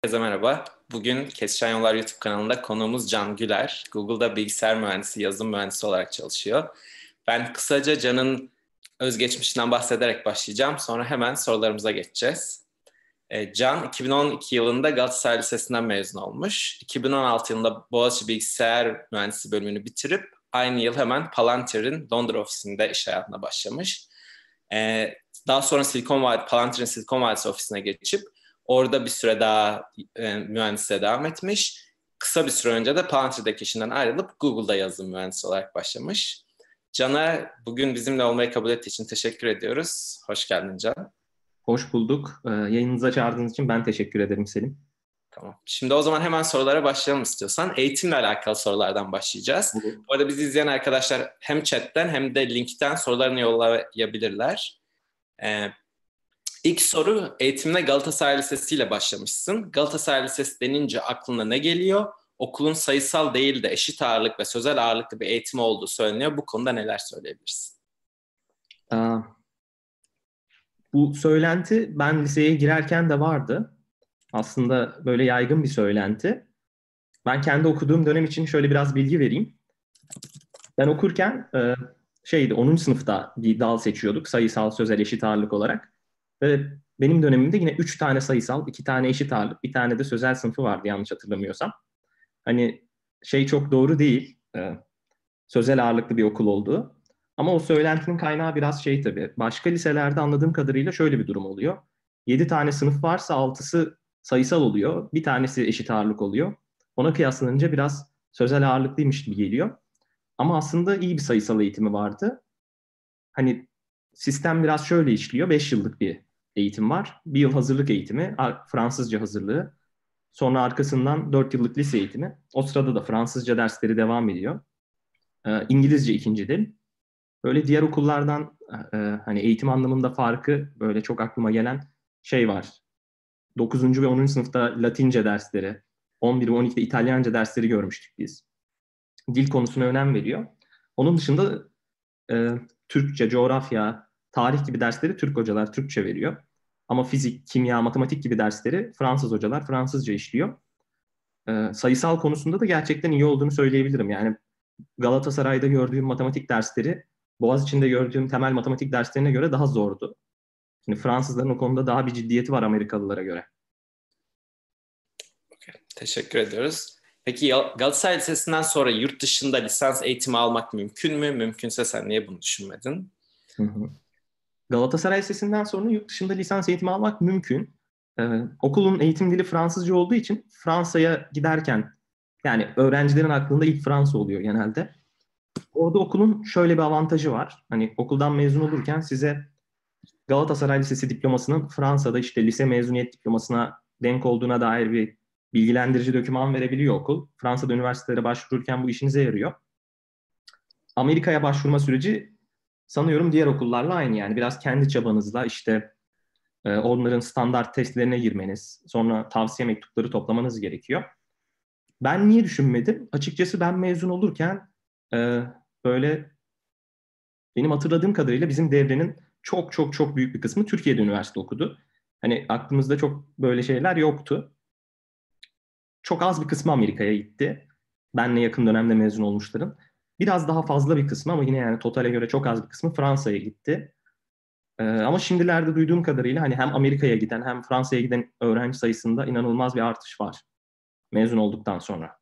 Herkese merhaba. Bugün Kesişen Yollar YouTube kanalında konuğumuz Can Güler. Google'da bilgisayar mühendisi, yazılım mühendisi olarak çalışıyor. Ben kısaca Can'ın özgeçmişinden bahsederek başlayacağım. Sonra hemen sorularımıza geçeceğiz. Can 2012 yılında Galatasaray Lisesi'nden mezun olmuş. 2016 yılında Boğaziçi Bilgisayar Mühendisi bölümünü bitirip aynı yıl hemen Palantir'in Londra ofisinde iş hayatına başlamış. Daha sonra Palantir'in Silikon Vadisi ofisine geçip orada bir süre daha mühendisliğe devam etmiş. Kısa bir süre önce de Palantir'deki işinden ayrılıp Google'da yazılım mühendisi olarak başlamış. Can'a bugün bizimle olmayı kabul ettiği için teşekkür ediyoruz. Hoş geldin Can. Hoş bulduk. Yayınınıza çağırdığınız için ben teşekkür ederim Selim. Tamam. Şimdi o zaman hemen sorulara başlayalım istiyorsan. Eğitimle alakalı sorulardan başlayacağız. Olur. Bu arada bizi izleyen arkadaşlar hem chatten hem de linkten sorularını yollayabilirler. Ee, İlk soru, eğitimine Galatasaray Lisesi ile başlamışsın. Galatasaray Lisesi denince aklına ne geliyor? Okulun sayısal değil de eşit ağırlık ve sözel ağırlıklı bir eğitimi olduğu söyleniyor. Bu konuda neler söyleyebilirsin? Aa, Bu söylenti ben liseye girerken de vardı. Aslında böyle yaygın bir söylenti. Ben kendi okuduğum dönem için şöyle biraz bilgi vereyim. Ben okurken 10. sınıfta bir dal seçiyorduk. Sayısal, sözel, eşit ağırlık olarak. Ve benim dönemimde yine 3 tane sayısal, 2 tane eşit ağırlık, bir tane de sözel sınıfı vardı yanlış hatırlamıyorsam. Hani çok doğru değil. Sözel ağırlıklı bir okul olduğu. Ama o söylentinin kaynağı biraz tabii. Başka liselerde anladığım kadarıyla şöyle bir durum oluyor. 7 tane sınıf varsa 6'sı sayısal oluyor. Bir tanesi eşit ağırlık oluyor. Ona kıyaslanınca biraz sözel ağırlıklıymış gibi geliyor. Ama aslında iyi bir sayısal eğitimi vardı. Hani sistem biraz şöyle işliyor. 5 yıllık bir eğitim var. Bir yıl hazırlık eğitimi, Fransızca hazırlığı. Sonra arkasından 4 yıllık lise eğitimi. O sırada da Fransızca dersleri devam ediyor. İngilizce ikinci dil. Böyle diğer okullardan hani eğitim anlamında farkı böyle çok aklıma gelen var. 9. ve 10. sınıfta Latince dersleri, 11 ve 12'de İtalyanca dersleri görmüştük biz. Dil konusuna önem veriyor. Onun dışında Türkçe, coğrafya, tarih gibi dersleri Türk hocalar Türkçe veriyor. Ama fizik, kimya, matematik gibi dersleri Fransız hocalar Fransızca işliyor. Sayısal konusunda da gerçekten iyi olduğunu söyleyebilirim. Yani Galatasaray'da gördüğüm matematik dersleri Boğaziçi'nde gördüğüm temel matematik derslerine göre daha zordu. Şimdi Fransızların o konuda daha bir ciddiyeti var Amerikalılara göre. Teşekkür ediyoruz. Peki Galatasaray Lisesi'nden sonra yurt dışında lisans eğitimi almak mümkün mü? Mümkünse sen niye bunu düşünmedin? Hı hı. Galatasaray Lisesi'nden sonra yurt dışında lisans eğitimi almak mümkün. Okulun eğitim dili Fransızca olduğu için Fransa'ya giderken yani öğrencilerin aklında ilk Fransa oluyor genelde. Orada okulun şöyle bir avantajı var. Hani okuldan mezun olurken size Galatasaray Lisesi diplomasının Fransa'da lise mezuniyet diplomasına denk olduğuna dair bir bilgilendirici doküman verebiliyor okul. Fransa'da üniversitelere başvururken bu işinize yarıyor. Amerika'ya başvurma süreci sanıyorum diğer okullarla aynı yani. Biraz kendi çabanızla onların standart testlerine girmeniz, sonra tavsiye mektupları toplamanız gerekiyor. Ben niye düşünmedim? Açıkçası ben mezun olurken e, böyle benim hatırladığım kadarıyla bizim devrenin çok çok çok büyük bir kısmı Türkiye'de üniversite okudu. Hani aklımızda çok böyle şeyler yoktu. Çok az bir kısmı Amerika'ya gitti. Benle yakın dönemde mezun olmuşların. Biraz daha fazla bir kısmı ama yine yani totale göre çok az bir kısmı Fransa'ya gitti. Ama şimdilerde duyduğum kadarıyla hani hem Amerika'ya giden hem Fransa'ya giden öğrenci sayısında inanılmaz bir artış var mezun olduktan sonra.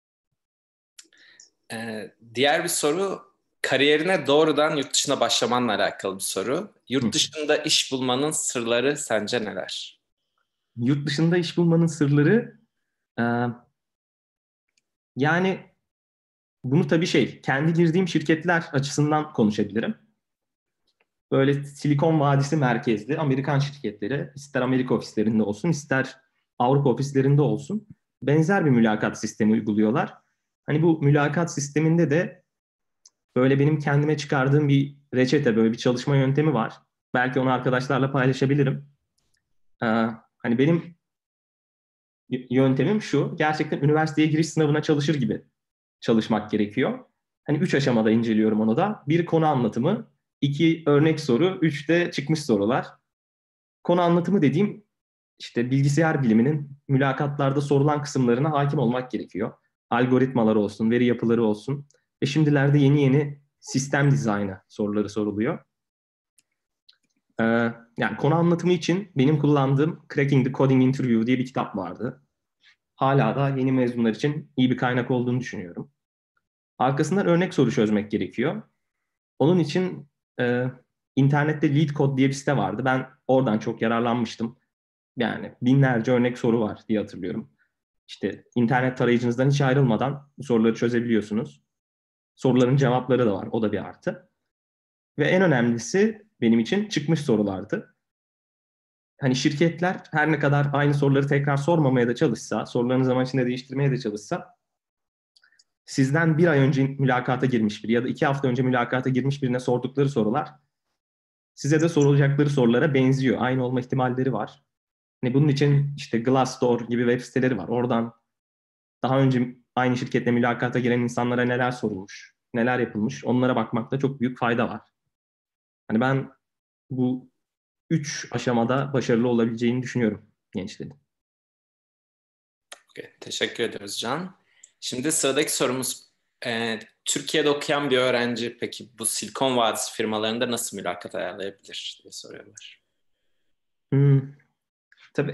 Diğer bir soru, kariyerine doğrudan yurt dışına başlamanla alakalı bir soru. Hı. Yurt dışında iş bulmanın sırları sence neler? Yurt dışında iş bulmanın sırları e, yani bunu tabii kendi girdiğim şirketler açısından konuşabilirim. Böyle Silikon Vadisi merkezli Amerikan şirketleri ister Amerika ofislerinde olsun ister Avrupa ofislerinde olsun benzer bir mülakat sistemi uyguluyorlar. Hani bu mülakat sisteminde de böyle benim kendime çıkardığım bir reçete, böyle bir çalışma yöntemi var. Belki onu arkadaşlarla paylaşabilirim. Ee, Hani benim yöntemim şu, gerçekten üniversiteye giriş sınavına çalışır gibi çalışmak gerekiyor. Hani 3 aşamada inceliyorum onu da. Bir, konu anlatımı, iki, örnek soru, üç de çıkmış sorular. Konu anlatımı dediğim işte bilgisayar biliminin mülakatlarda sorulan kısımlarına hakim olmak gerekiyor. Algoritmalar olsun, veri yapıları olsun. Ve şimdilerde yeni yeni sistem dizaynı soruları soruluyor. Ee, Yani konu anlatımı için benim kullandığım Cracking the Coding Interview diye bir kitap vardı. Hala da yeni mezunlar için iyi bir kaynak olduğunu düşünüyorum. Arkasından örnek soru çözmek gerekiyor. Onun için internette LeetCode diye bir site vardı. Ben oradan çok yararlanmıştım. Yani binlerce örnek soru var diye hatırlıyorum. İşte internet tarayıcınızdan hiç ayrılmadan bu soruları çözebiliyorsunuz. Soruların cevapları da var. O da bir artı. Ve en önemlisi benim için çıkmış sorulardı. Hani şirketler her ne kadar aynı soruları tekrar sormamaya da çalışsa, sorularını zaman içinde değiştirmeye de çalışsa, sizden bir ay önce mülakata girmiş biri ya da 2 hafta önce mülakata girmiş birine sordukları sorular size de sorulacakları sorulara benziyor. Aynı olma ihtimalleri var. Hani bunun için işte Glassdoor gibi web siteleri var. Oradan daha önce aynı şirketle mülakata giren insanlara neler sorulmuş, neler yapılmış, onlara bakmakta çok büyük fayda var. Hani ben bu 3 aşamada başarılı olabileceğini düşünüyorum gençlerin. Okay, teşekkür ediyoruz Can. Şimdi sıradaki sorumuz, Türkiye'de okuyan bir öğrenci peki bu Silikon Vadisi firmalarında nasıl mülakat ayarlayabilir diye soruyorlar. Hmm. Tabii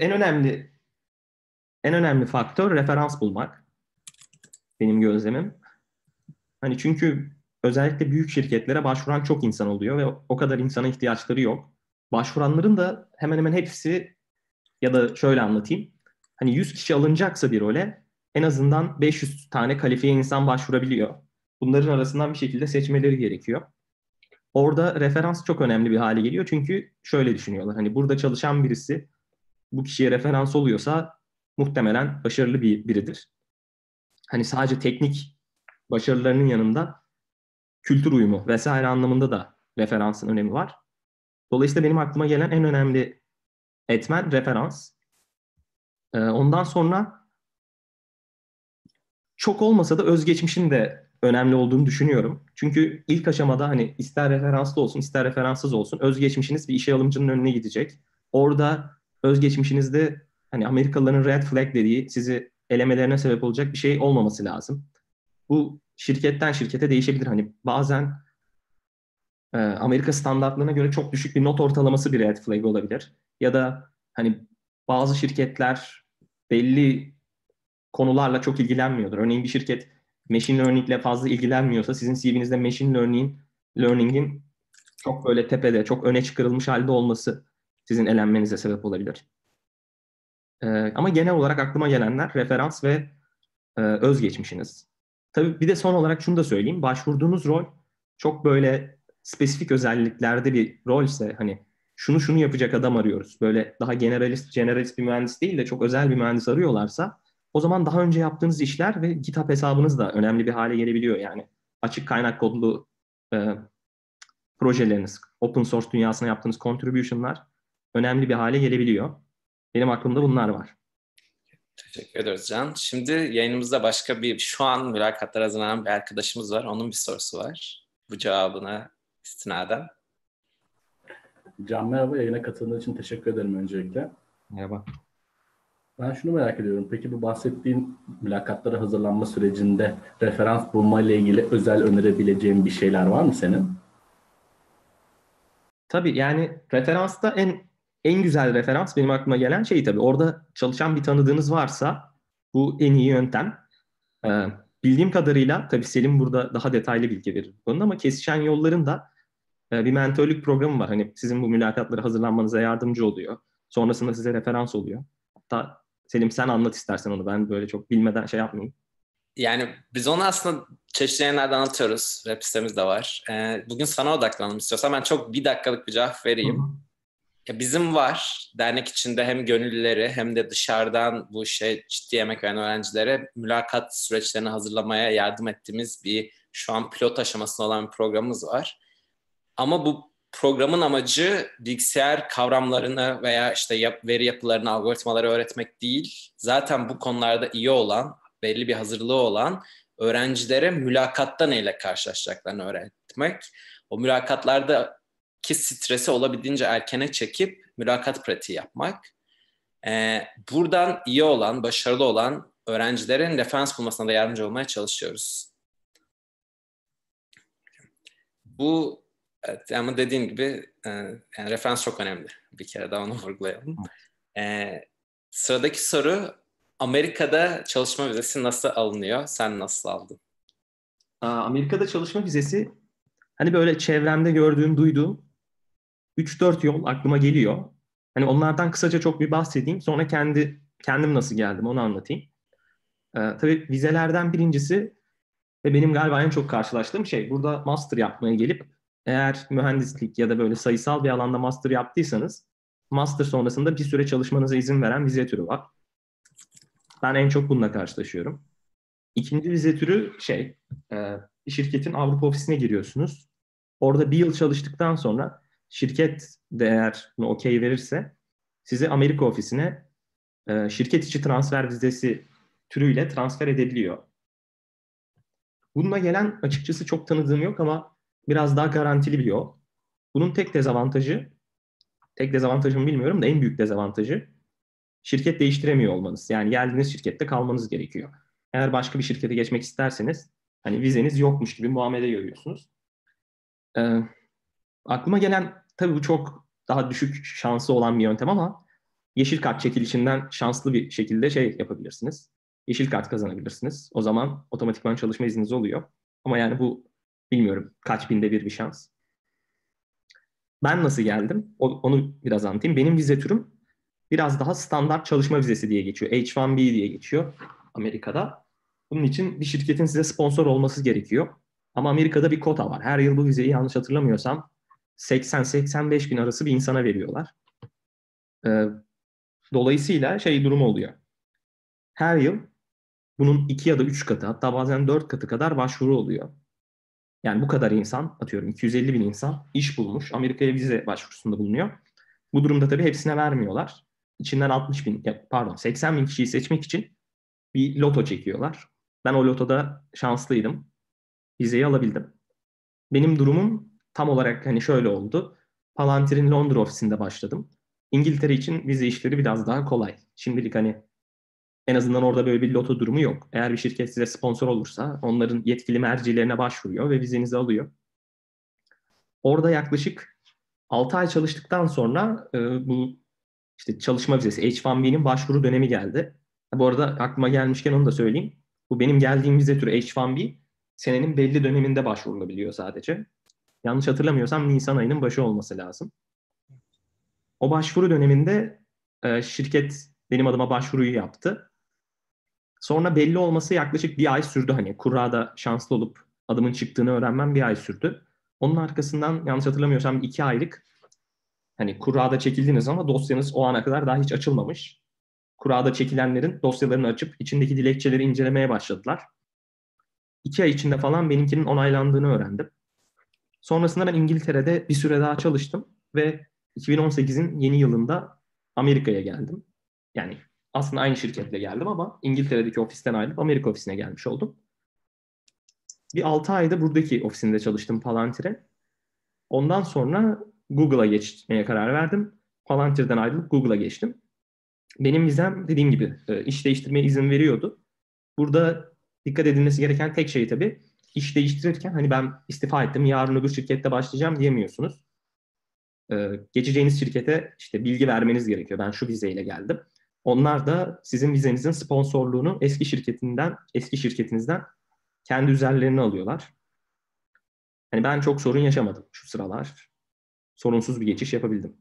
en önemli faktör referans bulmak benim gözlemim. Hani çünkü özellikle büyük şirketlere başvuran çok insan oluyor ve o kadar insana ihtiyaçları yok. Başvuranların da hemen hemen hepsi ya da şöyle anlatayım. Hani 100 kişi alınacaksa bir role en azından 500 tane kalifiye insan başvurabiliyor. Bunların arasından bir şekilde seçmeleri gerekiyor. Orada referans çok önemli bir hale geliyor. Çünkü şöyle düşünüyorlar. Hani burada çalışan birisi bu kişiye referans oluyorsa muhtemelen başarılı biridir. Hani sadece teknik başarılarının yanında kültür uyumu vesaire anlamında da referansın önemi var. Dolayısıyla benim aklıma gelen en önemli etmen referans. Ondan sonra çok olmasa da özgeçmişin de önemli olduğunu düşünüyorum. Çünkü ilk aşamada hani ister referanslı olsun ister referanssız olsun özgeçmişiniz bir işe alımcının önüne gidecek. Orada özgeçmişinizde hani Amerikalıların red flag dediği sizi elemelerine sebep olacak bir şey olmaması lazım. Bu şirketten şirkete değişebilir. Hani bazen Amerika standartlarına göre çok düşük bir not ortalaması bir red flag olabilir. Ya da hani bazı şirketler belli konularla çok ilgilenmiyordur. Örneğin bir şirket machine learning ile fazla ilgilenmiyorsa sizin CV'nizde machine learning'in çok böyle tepede, çok öne çıkarılmış halde olması sizin elenmenize sebep olabilir. Ama genel olarak aklıma gelenler referans ve özgeçmişiniz. Tabii bir de son olarak şunu da söyleyeyim. Başvurduğunuz rol çok böyle spesifik özelliklerde bir rolse hani şunu yapacak adam arıyoruz. Böyle daha generalist bir mühendis değil de çok özel bir mühendis arıyorlarsa o zaman daha önce yaptığınız işler ve GitHub hesabınız da önemli bir hale gelebiliyor yani. Açık kaynak kodlu e, projeleriniz, open source dünyasına yaptığınız contribution'lar önemli bir hale gelebiliyor. Benim aklımda bunlar var. Teşekkür ederiz Can. Şimdi yayınımızda başka şu an mülakatlara hazırlanan bir arkadaşımız var. Onun bir sorusu var. Bu cevabına istinaden. Can merhaba, yayına katıldığın için teşekkür ederim öncelikle. Merhaba. Ben şunu merak ediyorum. Peki bu bahsettiğin mülakatlara hazırlanma sürecinde referans bulma ile ilgili özel önerebileceğin bir şeyler var mı senin? Tabii yani referansta en güzel referans benim aklıma gelen şey tabii. Orada çalışan bir tanıdığınız varsa bu en iyi yöntem. Ee, Bildiğim kadarıyla tabii Selim burada daha detaylı bilgi verir bu konuda ama Kesişen Yollar'ın da bir mentörlük programı var. Hani sizin bu mülakatlara hazırlanmanıza yardımcı oluyor. Sonrasında size referans oluyor. Hatta Selim sen anlat istersen onu. Ben böyle çok bilmeden şey yapmayayım. Yani biz onu aslında çeşitli yayınlarda anlatıyoruz. Web sitemiz de var. Bugün sana odaklanalım istiyorsan ben çok bir dakikalık bir cevap Hı vereyim. hı. Ya bizim var. Dernek içinde hem gönüllüleri hem de dışarıdan bu ciddi emek veren öğrencilere mülakat süreçlerini hazırlamaya yardım ettiğimiz şu an pilot aşamasında olan bir programımız var. Ama bu programın amacı bilgisayar kavramlarını veya işte veri yapılarını, algoritmaları öğretmek değil. Zaten bu konularda iyi olan, belli bir hazırlığı olan öğrencilere mülakatta neyle karşılaşacaklarını öğretmek. O mülakatlardaki stresi olabildiğince erkene çekip mülakat pratiği yapmak. Buradan iyi olan, başarılı olan öğrencilerin referans bulmasına da yardımcı olmaya çalışıyoruz. Bu, evet, ama dediğim gibi yani referans çok önemli. Bir kere daha onu vurgulayalım. Sıradaki soru, Amerika'da çalışma vizesi nasıl alınıyor? Sen nasıl aldın? Amerika'da çalışma vizesi, hani böyle çevremde gördüğüm, duyduğum 3-4 yol aklıma geliyor. Hani onlardan kısaca çok bir bahsedeyim. Sonra kendim nasıl geldim onu anlatayım. Tabii vizelerden birincisi ve benim galiba en çok karşılaştığım şey, burada master yapmaya gelip eğer mühendislik ya da böyle sayısal bir alanda master yaptıysanız master sonrasında bir süre çalışmanıza izin veren vize türü var. Ben en çok bununla karşılaşıyorum. İkinci vize türü bir şirketin Avrupa ofisine giriyorsunuz. Orada bir yıl çalıştıktan sonra şirket de eğer bunu okey verirse sizi Amerika ofisine şirket içi transfer vizesi türüyle transfer edebiliyor. Bununla gelen açıkçası çok tanıdığım yok ama biraz daha garantili bir yol. Bunun tek dezavantajı mı bilmiyorum da en büyük dezavantajı şirket değiştiremiyor olmanız. Yani geldiğiniz şirkette kalmanız gerekiyor. Eğer başka bir şirkete geçmek isterseniz hani vizeniz yokmuş gibi muamele görüyorsunuz. Aklıma gelen, tabii bu çok daha düşük şansı olan bir yöntem ama yeşil kart çekilişinden şanslı bir şekilde yapabilirsiniz. Yeşil kart kazanabilirsiniz. O zaman otomatikman çalışma izniniz oluyor. Ama yani bu bilmiyorum kaç binde bir şans. Ben nasıl geldim? Onu biraz anlatayım. Benim vize türüm biraz daha standart çalışma vizesi diye geçiyor. H-1B diye geçiyor Amerika'da. Bunun için bir şirketin size sponsor olması gerekiyor. Ama Amerika'da bir kota var. Her yıl bu vizeyi yanlış hatırlamıyorsam 80-85 bin arası bir insana veriyorlar. Dolayısıyla durumu oluyor. Her yıl bunun 2 ya da 3 katı, hatta bazen 4 katı kadar başvuru oluyor. Yani bu kadar insan, atıyorum 250 bin insan iş bulmuş, Amerika'ya vize başvurusunda bulunuyor. Bu durumda tabii hepsine vermiyorlar. İçinden 80 bin kişiyi seçmek için bir loto çekiyorlar. Ben o lotoda şanslıydım. Vizeyi alabildim. Benim durumum tam olarak hani şöyle oldu. Palantir'in Londra ofisinde başladım. İngiltere için vize işleri biraz daha kolay. Şimdilik hani en azından orada böyle bir loto durumu yok. Eğer bir şirket size sponsor olursa onların yetkili mercilerine başvuruyor ve vizenizi alıyor. Orada yaklaşık 6 ay çalıştıktan sonra bu çalışma vizesi H-1B'nin başvuru dönemi geldi. Bu arada aklıma gelmişken onu da söyleyeyim. Bu benim geldiğim vize türü H-1B senenin belli döneminde başvurulabiliyor sadece. Yanlış hatırlamıyorsam Nisan ayının başı olması lazım. O başvuru döneminde şirket benim adıma başvuruyu yaptı. Sonra belli olması yaklaşık bir ay sürdü. Hani kurada şanslı olup adımın çıktığını öğrenmem bir ay sürdü. Onun arkasından yanlış hatırlamıyorsam 2 aylık hani kurada çekildiniz ama dosyanız o ana kadar daha hiç açılmamış. Kurada çekilenlerin dosyalarını açıp içindeki dilekçeleri incelemeye başladılar. 2 ay içinde falan benimkinin onaylandığını öğrendim. Sonrasında ben İngiltere'de bir süre daha çalıştım ve 2018'in yeni yılında Amerika'ya geldim. Yani aslında aynı şirketle geldim ama İngiltere'deki ofisten ayrılıp Amerika ofisine gelmiş oldum. Bir 6 ayda buradaki ofisinde çalıştım Palantir'e. Ondan sonra Google'a geçmeye karar verdim. Palantir'den ayrılıp Google'a geçtim. Benim vizem dediğim gibi iş değiştirmeye izin veriyordu. Burada dikkat edilmesi gereken tek şey tabii iş değiştirirken hani ben istifa ettim, yarın öbür şirkette başlayacağım diyemiyorsunuz. Geçeceğiniz şirkete bilgi vermeniz gerekiyor. Ben şu vizeyle geldim. Onlar da sizin vizenizin sponsorluğunu eski şirketinizden kendi üzerlerine alıyorlar. Hani ben çok sorun yaşamadım şu sıralar. Sorunsuz bir geçiş yapabildim.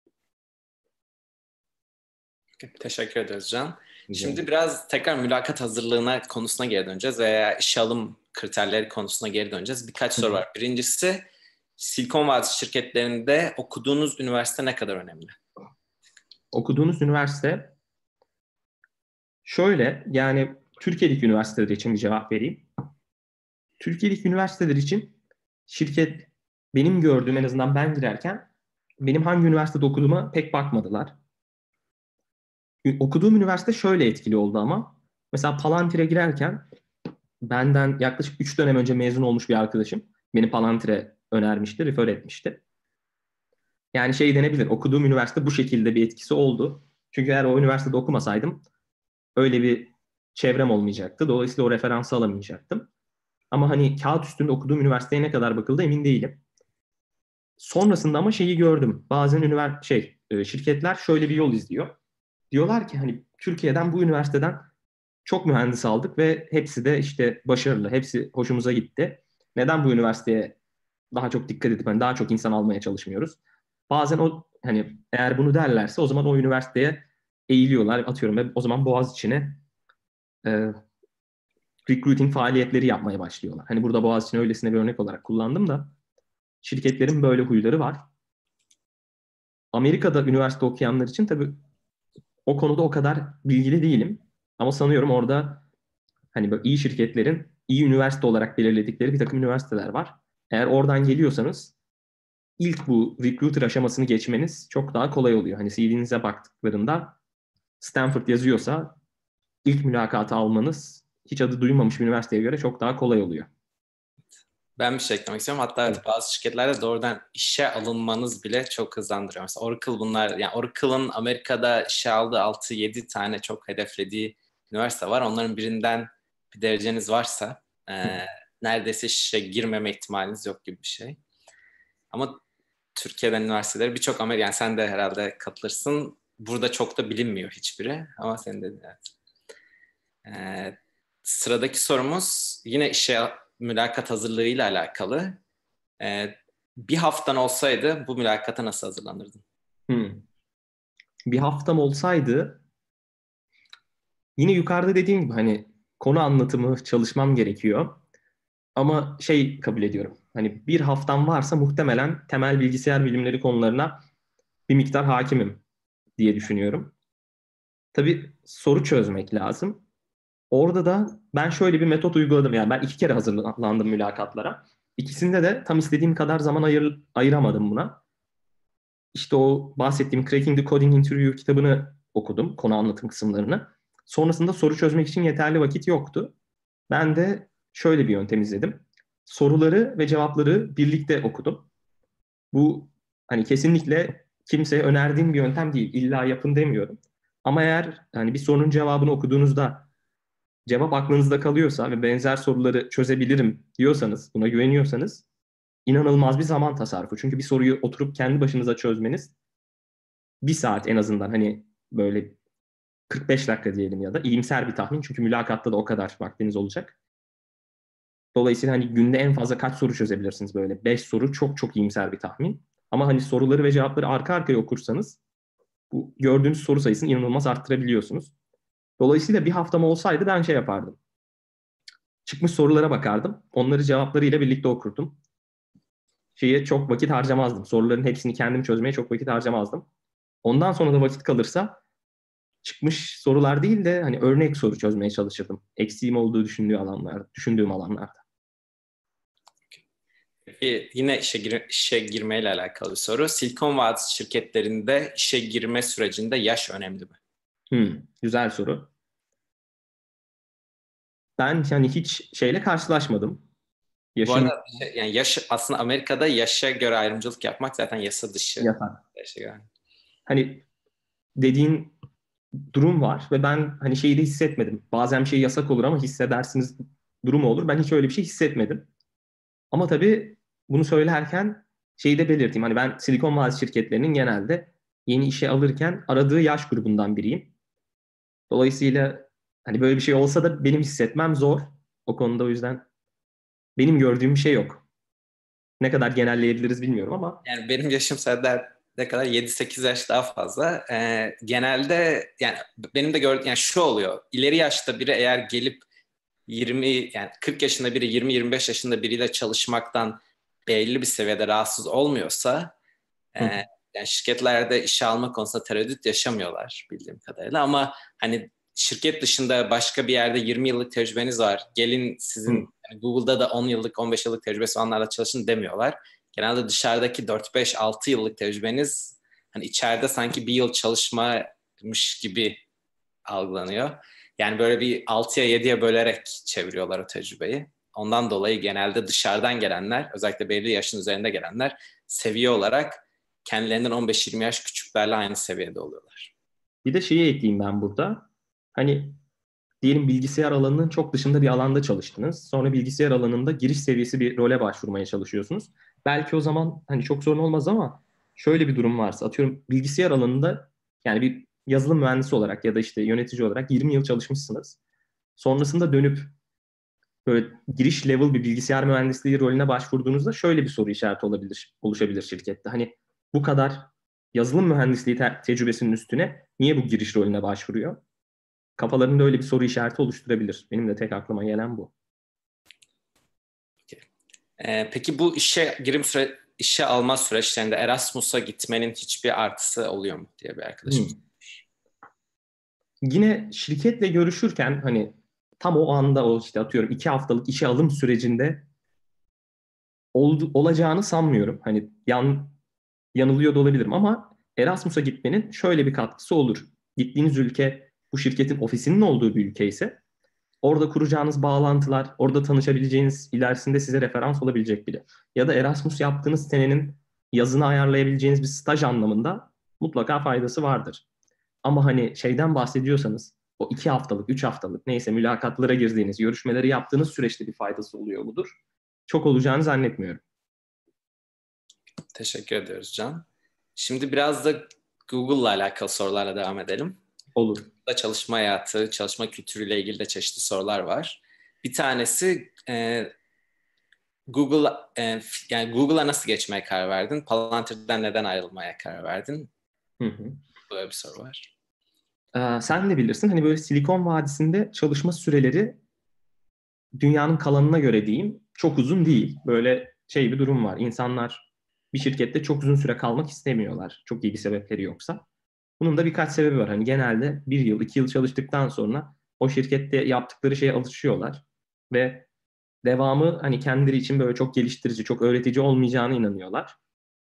Teşekkür ederiz Can. Şimdi biraz tekrar mülakat hazırlığına konusuna geri döneceğiz veya işe alım kriterleri konusuna geri döneceğiz. Birkaç soru var. Birincisi, Silikon Vadisi şirketlerinde okuduğunuz üniversite ne kadar önemli? Okuduğunuz üniversite şöyle, yani Türkiye'deki üniversiteler için bir cevap vereyim. Türkiye'deki üniversiteler için şirket, benim gördüğüm, en azından ben girerken benim hangi üniversitede okuduğuma pek bakmadılar. Okuduğum üniversite şöyle etkili oldu ama mesela Palantir'e girerken benden yaklaşık 3 dönem önce mezun olmuş bir arkadaşım beni Palantir'e önermişti, refer etmişti. Yani denebilir, okuduğum üniversite bu şekilde bir etkisi oldu. Çünkü eğer o üniversitede okumasaydım öyle bir çevrem olmayacaktı. Dolayısıyla o referansı alamayacaktım. Ama hani kağıt üstünde okuduğum üniversiteye ne kadar bakıldı emin değilim. Sonrasında ama şeyi gördüm. Bazen şirketler şöyle bir yol izliyor. Diyorlar ki hani Türkiye'den bu üniversiteden çok mühendis aldık ve hepsi de işte başarılı, hepsi hoşumuza gitti. Neden bu üniversiteye daha çok dikkat edip hani daha çok insan almaya çalışmıyoruz? Bazen o hani eğer bunu derlerse o zaman o üniversiteye eğiliyorlar. Atıyorum ve o zaman Boğaziçi'ne e, recruiting faaliyetleri yapmaya başlıyorlar. Hani burada Boğaziçi'ni öylesine bir örnek olarak kullandım da şirketlerin böyle huyları var. Amerika'da üniversite okuyanlar için tabii o konuda o kadar bilgili değilim. Ama sanıyorum orada hani böyle iyi şirketlerin iyi üniversite olarak belirledikleri bir takım üniversiteler var. Eğer oradan geliyorsanız ilk bu recruiter aşamasını geçmeniz çok daha kolay oluyor. Hani CV'nize baktıklarında Stanford yazıyorsa ilk mülakatı almanız hiç adı duyulmamış bir üniversiteye göre çok daha kolay oluyor. Ben bir şey eklemek istiyorum. Hatta Evet. bazı şirketlerde doğrudan işe alınmanız bile çok hızlandırıyor. Mesela Oracle bunlar, yani Oracle'ın Amerika'da işe aldığı 6-7 tane çok hedeflediği üniversite var. Onların birinden bir dereceniz varsa neredeyse işe girmeme ihtimaliniz yok gibi bir şey. Ama Türkiye'den üniversiteleri birçok yani sen de herhalde katılırsın. Burada çok da bilinmiyor hiçbiri. Ama sen de evet. Sıradaki sorumuz yine işe mülakat hazırlığıyla alakalı. Bir haftan olsaydı bu mülakata nasıl hazırlanırdın? Bir haftam olsaydı yine yukarıda dediğim gibi hani konu anlatımı çalışmam gerekiyor. Ama şey kabul ediyorum. Hani bir haftam varsa muhtemelen temel bilgisayar bilimleri konularına bir miktar hakimim diye düşünüyorum. Tabii soru çözmek lazım. Orada da ben şöyle bir metot uyguladım. Yani ben 2 kere hazırlandım mülakatlara. İkisinde de tam istediğim kadar zaman ayıramadım buna. İşte o bahsettiğim Cracking the Coding Interview kitabını okudum. Konu anlatım kısımlarını. Sonrasında soru çözmek için yeterli vakit yoktu. Ben de şöyle bir yöntem izledim. Soruları ve cevapları birlikte okudum. Bu hani kesinlikle kimseye önerdiğim bir yöntem değil. İlla yapın demiyorum. Ama eğer hani bir sorunun cevabını okuduğunuzda cevap aklınızda kalıyorsa ve benzer soruları çözebilirim diyorsanız, buna güveniyorsanız inanılmaz bir zaman tasarrufu. Çünkü bir soruyu oturup kendi başınıza çözmeniz 1 saat en azından hani böyle 45 dakika diyelim ya da iyimser bir tahmin. Çünkü mülakatta da o kadar vaktiniz olacak. Dolayısıyla hani günde en fazla kaç soru çözebilirsiniz böyle? 5 soru çok çok iyimser bir tahmin. Ama hani soruları ve cevapları arka arkaya okursanız bu gördüğünüz soru sayısını inanılmaz arttırabiliyorsunuz. Dolayısıyla bir haftam olsaydı ben şey yapardım. Çıkmış sorulara bakardım. Onları cevaplarıyla birlikte okurdum. Şeye çok vakit harcamazdım. Soruların hepsini kendim çözmeye çok vakit harcamazdım. Ondan sonra da vakit kalırsa çıkmış sorular değil de hani örnek soru çözmeye çalışırdım. Eksiğim olduğu düşündüğüm alanlarda. Yine işe girmeyle alakalı bir soru. Silikon Vadisi şirketlerinde işe girme sürecinde yaş önemli mi? Güzel soru. Ben yani hiç şeyle karşılaşmadım. Bu Yaşım arada yani aslında Amerika'da yaşa göre ayrımcılık yapmak zaten yasa dışı. yasak. Yaşa göre. Hani dediğin durum var ve ben hani şeyi de hissetmedim. Bazen bir şey yasak olur ama hissedersiniz durumu olur. Ben hiç öyle bir şey hissetmedim. Ama tabii bunu söylerken şeyi de belirteyim. Hani ben Silikon Vadisi şirketlerinin genelde yeni işe alırken aradığı yaş grubundan biriyim. Dolayısıyla hani böyle bir şey olsa da benim hissetmem zor. O konuda o yüzden benim gördüğüm bir şey yok. Ne kadar genelleyebiliriz bilmiyorum ama. Yani benim yaşım senden ne kadar 7-8 yaş daha fazla. Genelde yani benim de gördüğüm yani şu oluyor. İleri yaşta biri eğer gelip 20 yani 40 yaşında biri 20-25 yaşında biriyle çalışmaktan belli bir seviyede rahatsız olmuyorsa Hı. yani şirketlerde işe alma konusunda tereddüt yaşamıyorlar bildiğim kadarıyla ama hani şirket dışında başka bir yerde 20 yıllık tecrübeniz var. Gelin sizin Hı. yani Google'da da 10 yıllık 15 yıllık tecrübesi olanlarla çalışın demiyorlar. Genelde dışarıdaki 4-5-6 yıllık tecrübeniz hani içeride sanki bir yıl çalışmamış gibi algılanıyor. Yani böyle bir 6'ya 7'ye bölerek çeviriyorlar o tecrübeyi. Ondan dolayı genelde dışarıdan gelenler, özellikle belli yaşın üzerinde gelenler seviye olarak kendilerinden 15-20 yaş küçüklerle aynı seviyede oluyorlar. Bir de şeyi ekleyeyim ben burada. Hani diyelim bilgisayar alanının çok dışında bir alanda çalıştınız. Sonra bilgisayar alanında giriş seviyesi bir role başvurmaya çalışıyorsunuz. Belki o zaman hani çok sorun olmaz ama şöyle bir durum varsa, atıyorum bilgisayar alanında yani bir yazılım mühendisi olarak ya da işte yönetici olarak 20 yıl çalışmışsınız. Sonrasında dönüp böyle giriş level bir bilgisayar mühendisliği rolüne başvurduğunuzda şöyle bir soru işareti oluşabilir şirkette. Hani bu kadar yazılım mühendisliği tecrübesinin üstüne niye bu giriş rolüne başvuruyor? Kafalarında öyle bir soru işareti oluşturabilir. Benim de tek aklıma gelen bu. Peki bu işe alma süreçlerinde Erasmus'a gitmenin hiçbir artısı oluyor mu diye bir arkadaşım. Yine şirketle görüşürken hani tam o anda o işte atıyorum 2 haftalık işe alım sürecinde olacağını sanmıyorum. Hani yanılıyor da olabilirim ama Erasmus'a gitmenin şöyle bir katkısı olur. Gittiğiniz ülke bu şirketin ofisinin olduğu bir ülke ise orada kuracağınız bağlantılar, orada tanışabileceğiniz, ilerisinde size referans olabilecek biri. Ya da Erasmus yaptığınız senenin yazını ayarlayabileceğiniz bir staj anlamında mutlaka faydası vardır. Ama hani şeyden bahsediyorsanız o 2 haftalık, 3 haftalık neyse mülakatlara girdiğiniz, görüşmeleri yaptığınız süreçte bir faydası oluyor mudur? Çok olacağını zannetmiyorum. Teşekkür ediyoruz Can. Şimdi biraz da Google'la alakalı sorularla devam edelim. Olur. Çalışma hayatı, çalışma kültürüyle ilgili de çeşitli sorular var. Bir tanesi yani Google'a nasıl geçmeye karar verdin? Palantir'den neden ayrılmaya karar verdin? Hı hı. Böyle bir soru var. Sen de bilirsin hani böyle Silikon Vadisi'nde çalışma süreleri dünyanın kalanına göre diyeyim çok uzun değil. Böyle şey bir durum var. İnsanlar bir şirkette çok uzun süre kalmak istemiyorlar. Çok iyi bir sebepleri yoksa. Bunun da birkaç sebebi var. Hani genelde 1 yıl, 2 yıl çalıştıktan sonra o şirkette yaptıkları şeye alışıyorlar. Ve devamı hani kendileri için böyle çok geliştirici, çok öğretici olmayacağına inanıyorlar.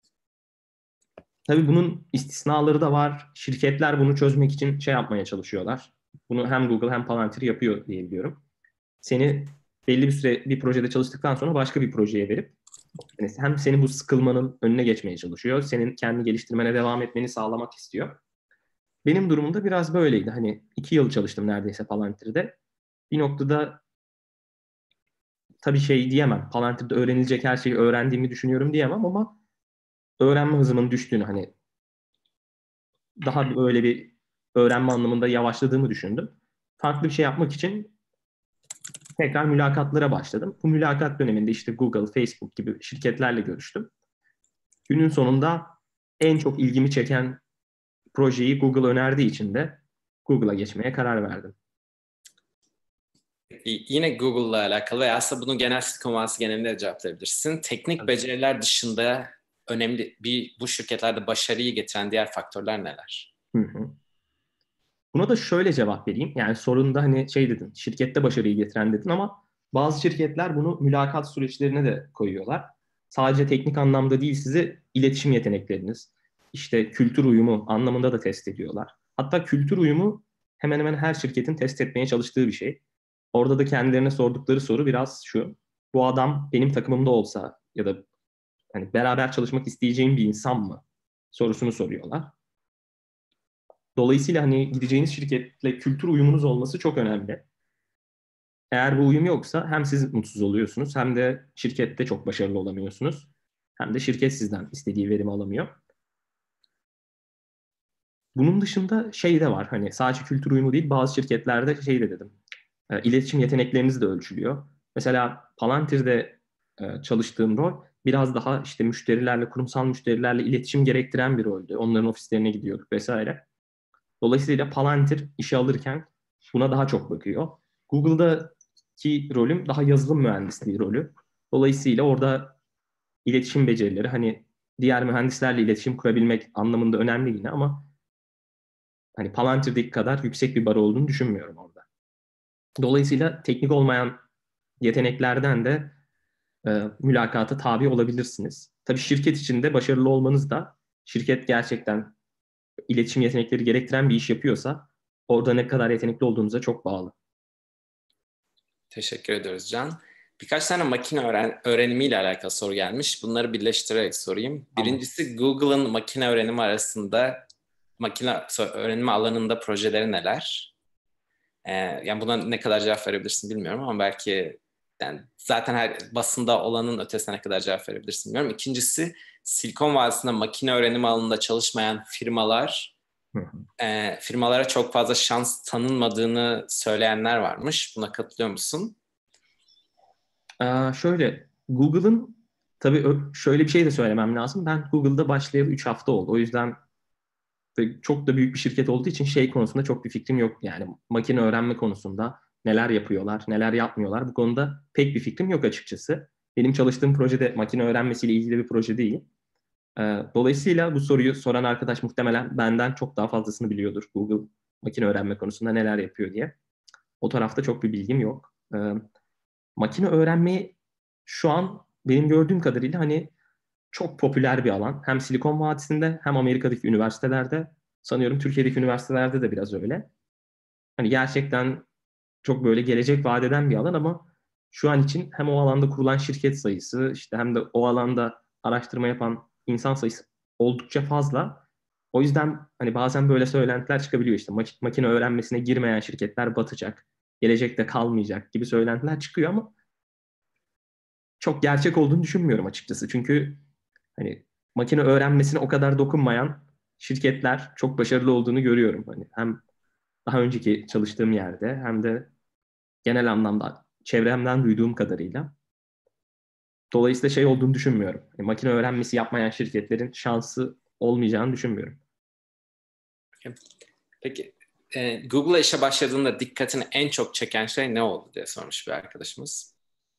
Tabii bunun istisnaları da var. Şirketler bunu çözmek için şey yapmaya çalışıyorlar. Bunu hem Google hem Palantir yapıyor diye biliyorum. Seni belli bir süre bir projede çalıştıktan sonra başka bir projeye verip yani hem senin bu sıkılmanın önüne geçmeye çalışıyor. Senin kendi geliştirmene devam etmeni sağlamak istiyor. Benim durumumda biraz böyleydi. Hani 2 yıl çalıştım neredeyse Palantir'de. Bir noktada tabii şey diyemem. Palantir'de öğrenilecek her şeyi öğrendiğimi düşünüyorum diyemem ama öğrenme hızımın düştüğünü hani daha böyle bir öğrenme anlamında yavaşladığımı düşündüm. Farklı bir şey yapmak için tekrar mülakatlara başladım. Bu mülakat döneminde işte Google, Facebook gibi şirketlerle görüştüm. Günün sonunda en çok ilgimi çeken projeyi Google önerdiği için de Google'a geçmeye karar verdim. Yine Google'la alakalı veya aslında bunu genel Silikon Vadisi genelinde de cevaplayabilirsin. Teknik beceriler dışında önemli bu şirketlerde başarıyı getiren diğer faktörler neler? Hı hı. Buna da şöyle cevap vereyim. Yani sorunda hani şey dedin, şirkette başarıyı getiren dedin ama bazı şirketler bunu mülakat süreçlerine de koyuyorlar. Sadece teknik anlamda değil sizi iletişim yetenekleriniz, işte kültür uyumu anlamında da test ediyorlar. Hatta kültür uyumu hemen hemen her şirketin test etmeye çalıştığı bir şey. Orada da kendilerine sordukları soru biraz şu. Bu adam benim takımımda olsa ya da hani beraber çalışmak isteyeceğim bir insan mı sorusunu soruyorlar. Dolayısıyla hani gideceğiniz şirketle kültür uyumunuz olması çok önemli. Eğer bu uyum yoksa hem siz mutsuz oluyorsunuz hem de şirkette çok başarılı olamıyorsunuz. Hem de şirket sizden istediği verimi alamıyor. Bunun dışında şey de var hani sadece kültür uyumu değil bazı şirketlerde şey de dedim. İletişim yetenekleriniz de ölçülüyor. Mesela Palantir'de çalıştığım rol biraz daha işte müşterilerle, kurumsal müşterilerle iletişim gerektiren bir roldü. Onların ofislerine gidiyorduk vesaire. Dolayısıyla Palantir işe alırken buna daha çok bakıyor. Google'daki rolüm daha yazılım mühendisliği rolü. Dolayısıyla orada iletişim becerileri hani diğer mühendislerle iletişim kurabilmek anlamında önemli yine ama hani Palantir'deki kadar yüksek bir bar olduğunu düşünmüyorum orada. Dolayısıyla teknik olmayan yeteneklerden de mülakata tabi olabilirsiniz. Tabii şirket içinde başarılı olmanız da şirket gerçekten iletişim yetenekleri gerektiren bir iş yapıyorsa orada ne kadar yetenekli olduğunuza çok bağlı. Teşekkür ediyoruz Can. Birkaç tane makine öğrenimiyle alakalı soru gelmiş. Bunları birleştirerek sorayım. Tamam. Birincisi Google'ın makine öğrenimi arasında makine öğrenimi alanında projeleri neler? Yani buna ne kadar cevap verebilirsin bilmiyorum ama belki yani zaten her basında olanın ötesine ne kadar cevap verebilirsin bilmiyorum. İkincisi, Silikon Vadisi'nde makine öğrenimi alanında çalışmayan firmalara çok fazla şans tanınmadığını söyleyenler varmış. Buna katılıyor musun? Şöyle, Google'ın tabii şöyle bir şey de söylemem lazım. Ben Google'da başlayalı 3 hafta oldu. O yüzden çok da büyük bir şirket olduğu için şey konusunda çok bir fikrim yok. Yani makine öğrenme konusunda neler yapıyorlar, neler yapmıyorlar. Bu konuda pek bir fikrim yok açıkçası. Benim çalıştığım projede makine öğrenmesiyle ilgili bir proje değil. Dolayısıyla bu soruyu soran arkadaş muhtemelen benden çok daha fazlasını biliyordur. Google makine öğrenme konusunda neler yapıyor diye. O tarafta çok bir bilgim yok. Makine öğrenmeyi şu an benim gördüğüm kadarıyla hani çok popüler bir alan. Hem Silikon Vadisi'nde hem Amerika'daki üniversitelerde, sanıyorum Türkiye'deki üniversitelerde de biraz öyle. Hani gerçekten çok böyle gelecek vaat eden bir alan ama şu an için hem o alanda kurulan şirket sayısı işte hem de o alanda araştırma yapan insan sayısı oldukça fazla. O yüzden hani bazen böyle söylentiler çıkabiliyor işte makine öğrenmesine girmeyen şirketler batacak, gelecekte kalmayacak gibi söylentiler çıkıyor ama çok gerçek olduğunu düşünmüyorum açıkçası. Çünkü hani makine öğrenmesine o kadar dokunmayan şirketler çok başarılı olduğunu görüyorum. Hani hem daha önceki çalıştığım yerde hem de genel anlamda çevremden duyduğum kadarıyla. Dolayısıyla şey olduğunu düşünmüyorum. Yani makine öğrenmesi yapmayan şirketlerin şansı olmayacağını düşünmüyorum. Peki Google'a işe başladığında dikkatini en çok çeken şey ne oldu diye sormuş bir arkadaşımız.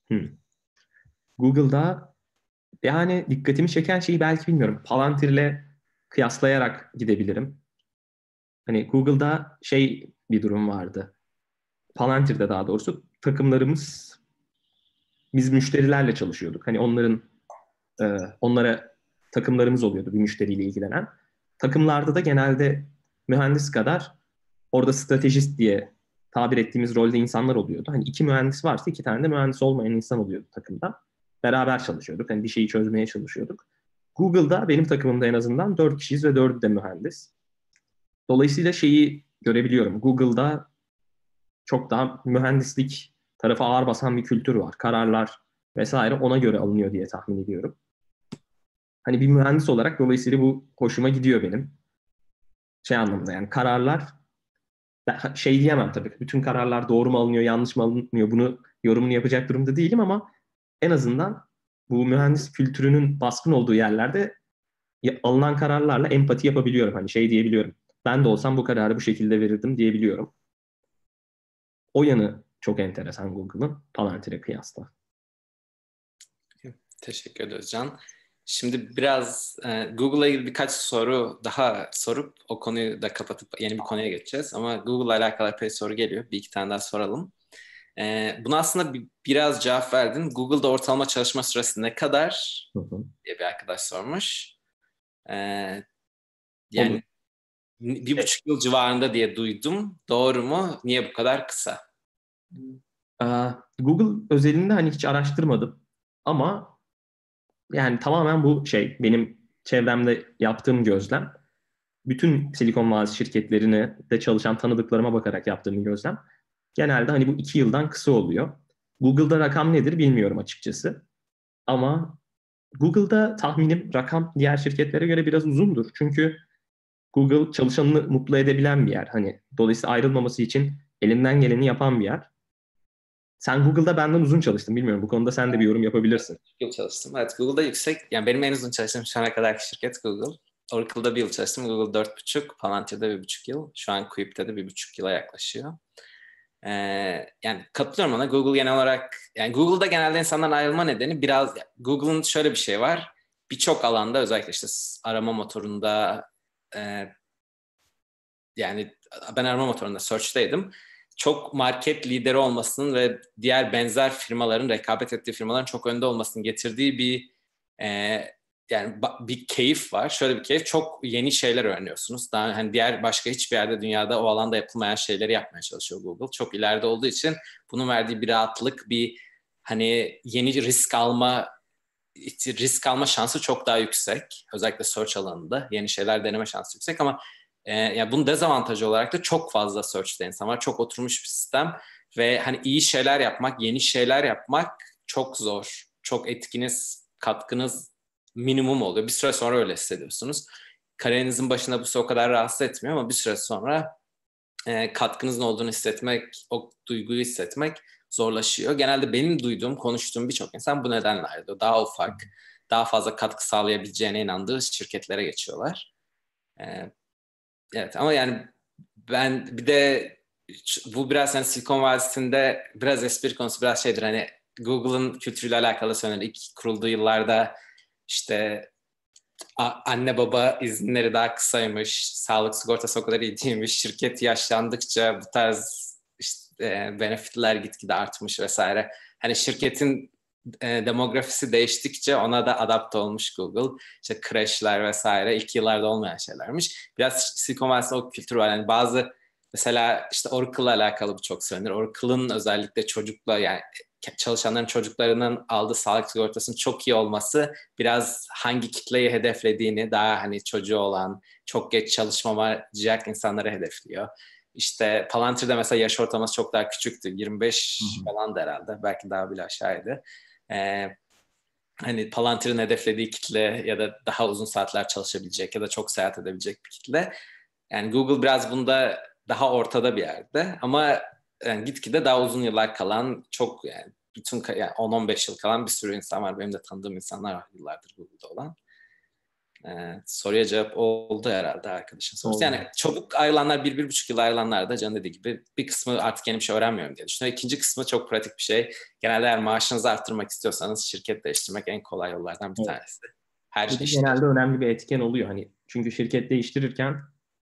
Google'da yani dikkatimi çeken şeyi belki bilmiyorum. Palantir'le kıyaslayarak gidebilirim. Hani Google'da şey bir durum vardı. Palantir'de daha doğrusu takımlarımız biz müşterilerle çalışıyorduk. Hani onlara takımlarımız oluyordu bir müşteriyle ilgilenen. Takımlarda da genelde mühendis kadar orada stratejist diye tabir ettiğimiz rolde insanlar oluyordu. Hani 2 mühendis varsa 2 tane de mühendis olmayan insan oluyordu takımda. Beraber çalışıyorduk. Hani bir şeyi çözmeye çalışıyorduk. Google'da benim takımımda en azından 4 kişiyiz ve 4'ü de mühendis. Dolayısıyla şeyi görebiliyorum. Google'da çok daha mühendislik tarafı ağır basan bir kültür var. Kararlar vesaire ona göre alınıyor diye tahmin ediyorum. Hani bir mühendis olarak dolayısıyla bu hoşuma gidiyor benim. Şey anlamında yani kararlar şey diyemem tabii. Bütün kararlar doğru mu alınıyor, yanlış mı alınıyor bunu yorumunu yapacak durumda değilim ama en azından bu mühendis kültürünün baskın olduğu yerlerde alınan kararlarla empati yapabiliyorum. Hani şey diyebiliyorum. Ben de olsam bu kararı bu şekilde verirdim diyebiliyorum. O yanı çok enteresan Google'ın Palantir'e kıyasla. Teşekkür ederiz Can. Şimdi biraz Google'la ilgili birkaç soru daha sorup o konuyu da kapatıp yeni bir konuya geçeceğiz. Ama Google'la alakalı epey soru geliyor. Bir iki tane daha soralım. Buna aslında biraz cevap verdin. Google'da ortalama çalışma süresi ne kadar diye bir arkadaş sormuş. Yani Olur. 1,5 yıl civarında diye duydum. Doğru mu? Niye bu kadar kısa? Google özelinde hani hiç araştırmadım ama yani tamamen bu şey benim çevremde yaptığım gözlem. Bütün Silikon Vadisi şirketlerine de çalışan tanıdıklarıma bakarak yaptığım gözlem. Genelde hani bu 2 yıldan kısa oluyor. Google'da rakam nedir bilmiyorum açıkçası. Ama Google'da tahminim rakam diğer şirketlere göre biraz uzundur. Çünkü Google çalışanını mutlu edebilen bir yer. Hani dolayısıyla ayrılmaması için elinden geleni yapan bir yer. Sen Google'da benden uzun çalıştın. Bilmiyorum. Bu konuda sen de bir yorum yapabilirsin. 1 yıl çalıştım. Evet, Google'da yüksek. Yani benim en uzun çalıştığım şu ana kadarki şirket Google. Oracle'da 1 yıl çalıştım. Google 4,5. Palantir'de 1,5 yıl. Şu an Quip'te de 1,5 yıla yaklaşıyor. Yani katılıyorum ona. Google genel olarak, yani Google'da genelde insanların ayrılma nedeni biraz, Google'ın şöyle bir şey var. Birçok alanda, özellikle işte arama motorunda, yani ben arama motorunda search'teydim. Çok market lideri olmasının ve diğer benzer firmaların, rekabet ettiği firmaların çok önde olmasının getirdiği bir yani bir keyif var. Şöyle bir keyif, çok yeni şeyler öğreniyorsunuz. Daha hani diğer başka hiçbir yerde dünyada o alanda yapılmayan şeyleri yapmaya çalışıyor Google. Çok ileride olduğu için bunun verdiği bir rahatlık, bir hani yeni risk alma şansı çok daha yüksek. Özellikle search alanında yeni şeyler deneme şansı yüksek ama Yani bunun dezavantajı olarak da çok fazla search'te insan var. Çok oturmuş bir sistem ve hani iyi şeyler yapmak, yeni şeyler yapmak çok zor. Çok etkiniz, katkınız minimum oluyor. Bir süre sonra öyle hissediyorsunuz. Kariyerinizin başında bu sizi o kadar rahatsız etmiyor ama bir süre sonra katkınızın olduğunu hissetmek, o duyguyu hissetmek zorlaşıyor. Genelde benim duyduğum, konuştuğum birçok insan bu nedenlerdi. Daha ufak, daha fazla katkı sağlayabileceğine inandığı şirketlere geçiyorlar. Evet ama yani ben bir de bu biraz hani Silikon Vadisi'nde biraz espri konusu, biraz şeydir hani Google'ın kültürüyle alakalı söylenir. İlk kurulduğu yıllarda işte anne baba izinleri daha kısaymış, sağlık sigortası o kadar iyi değilmiş, şirket yaşlandıkça bu tarz işte, benefitler gitgide artmış vesaire. Hani şirketin demografisi değiştikçe ona da adapte olmuş Google. İşte crash'ler vesaire ilk yıllarda olmayan şeylermiş. Biraz Silikon Vadisi'nde o kültür var. Yani bazı mesela işte Oracle'la alakalı bu çok söylenir. Oracle'ın özellikle çocukla yani çalışanların çocuklarının aldığı sağlık sigortasının çok iyi olması biraz hangi kitleyi hedeflediğini daha hani çocuğu olan, çok geç çalışmamayacak insanları hedefliyor. İşte Palantir'de mesela yaş ortalaması çok daha küçüktü. 25 falan da herhalde. Belki daha bile aşağıydı. Hani Palantir'in hedeflediği kitle ya da daha uzun saatler çalışabilecek ya da çok seyahat edebilecek bir kitle. Yani Google biraz bunda daha ortada bir yerde ama yani gitgide daha uzun yıllar kalan çok yani bütün yani 10-15 yıl kalan bir sürü insan var. Benim de tanıdığım insanlar var yıllardır Google'da olan. Soruya cevap oldu herhalde arkadaşın sorusu. Yani çabuk ayrılanlar, 1-1,5 yıl ayrılanlar da Can dediği gibi bir kısmı artık yeni bir şey öğrenmiyorum diye düşünüyor. İkinci kısmı çok pratik bir şey. Genelde eğer maaşınızı arttırmak istiyorsanız şirket değiştirmek en kolay yollardan bir tanesi. Her Bu da işte. genelde önemli bir etken oluyor. Hani çünkü şirket değiştirirken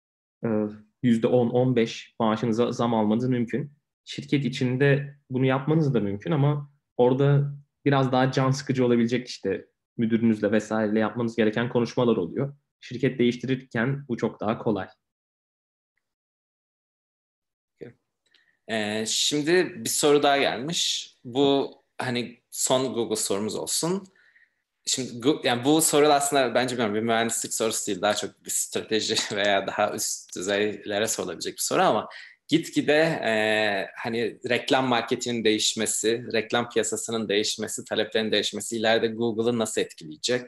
%10-15 maaşınıza zam almanız mümkün. Şirket içinde bunu yapmanız da mümkün ama orada biraz daha can sıkıcı olabilecek işte müdürünüzle vesaireyle yapmanız gereken konuşmalar oluyor. Şirket değiştirirken bu çok daha kolay. Şimdi bir soru daha gelmiş. Bu hani son Google sorumuz olsun. Şimdi yani bu soru aslında bence bir mühendislik sorusu değil. Daha çok bir strateji veya daha üst düzeylere sorulabilecek bir soru ama gitgide hani reklam marketinin değişmesi, reklam piyasasının değişmesi, taleplerin değişmesi ileride Google'ı nasıl etkileyecek?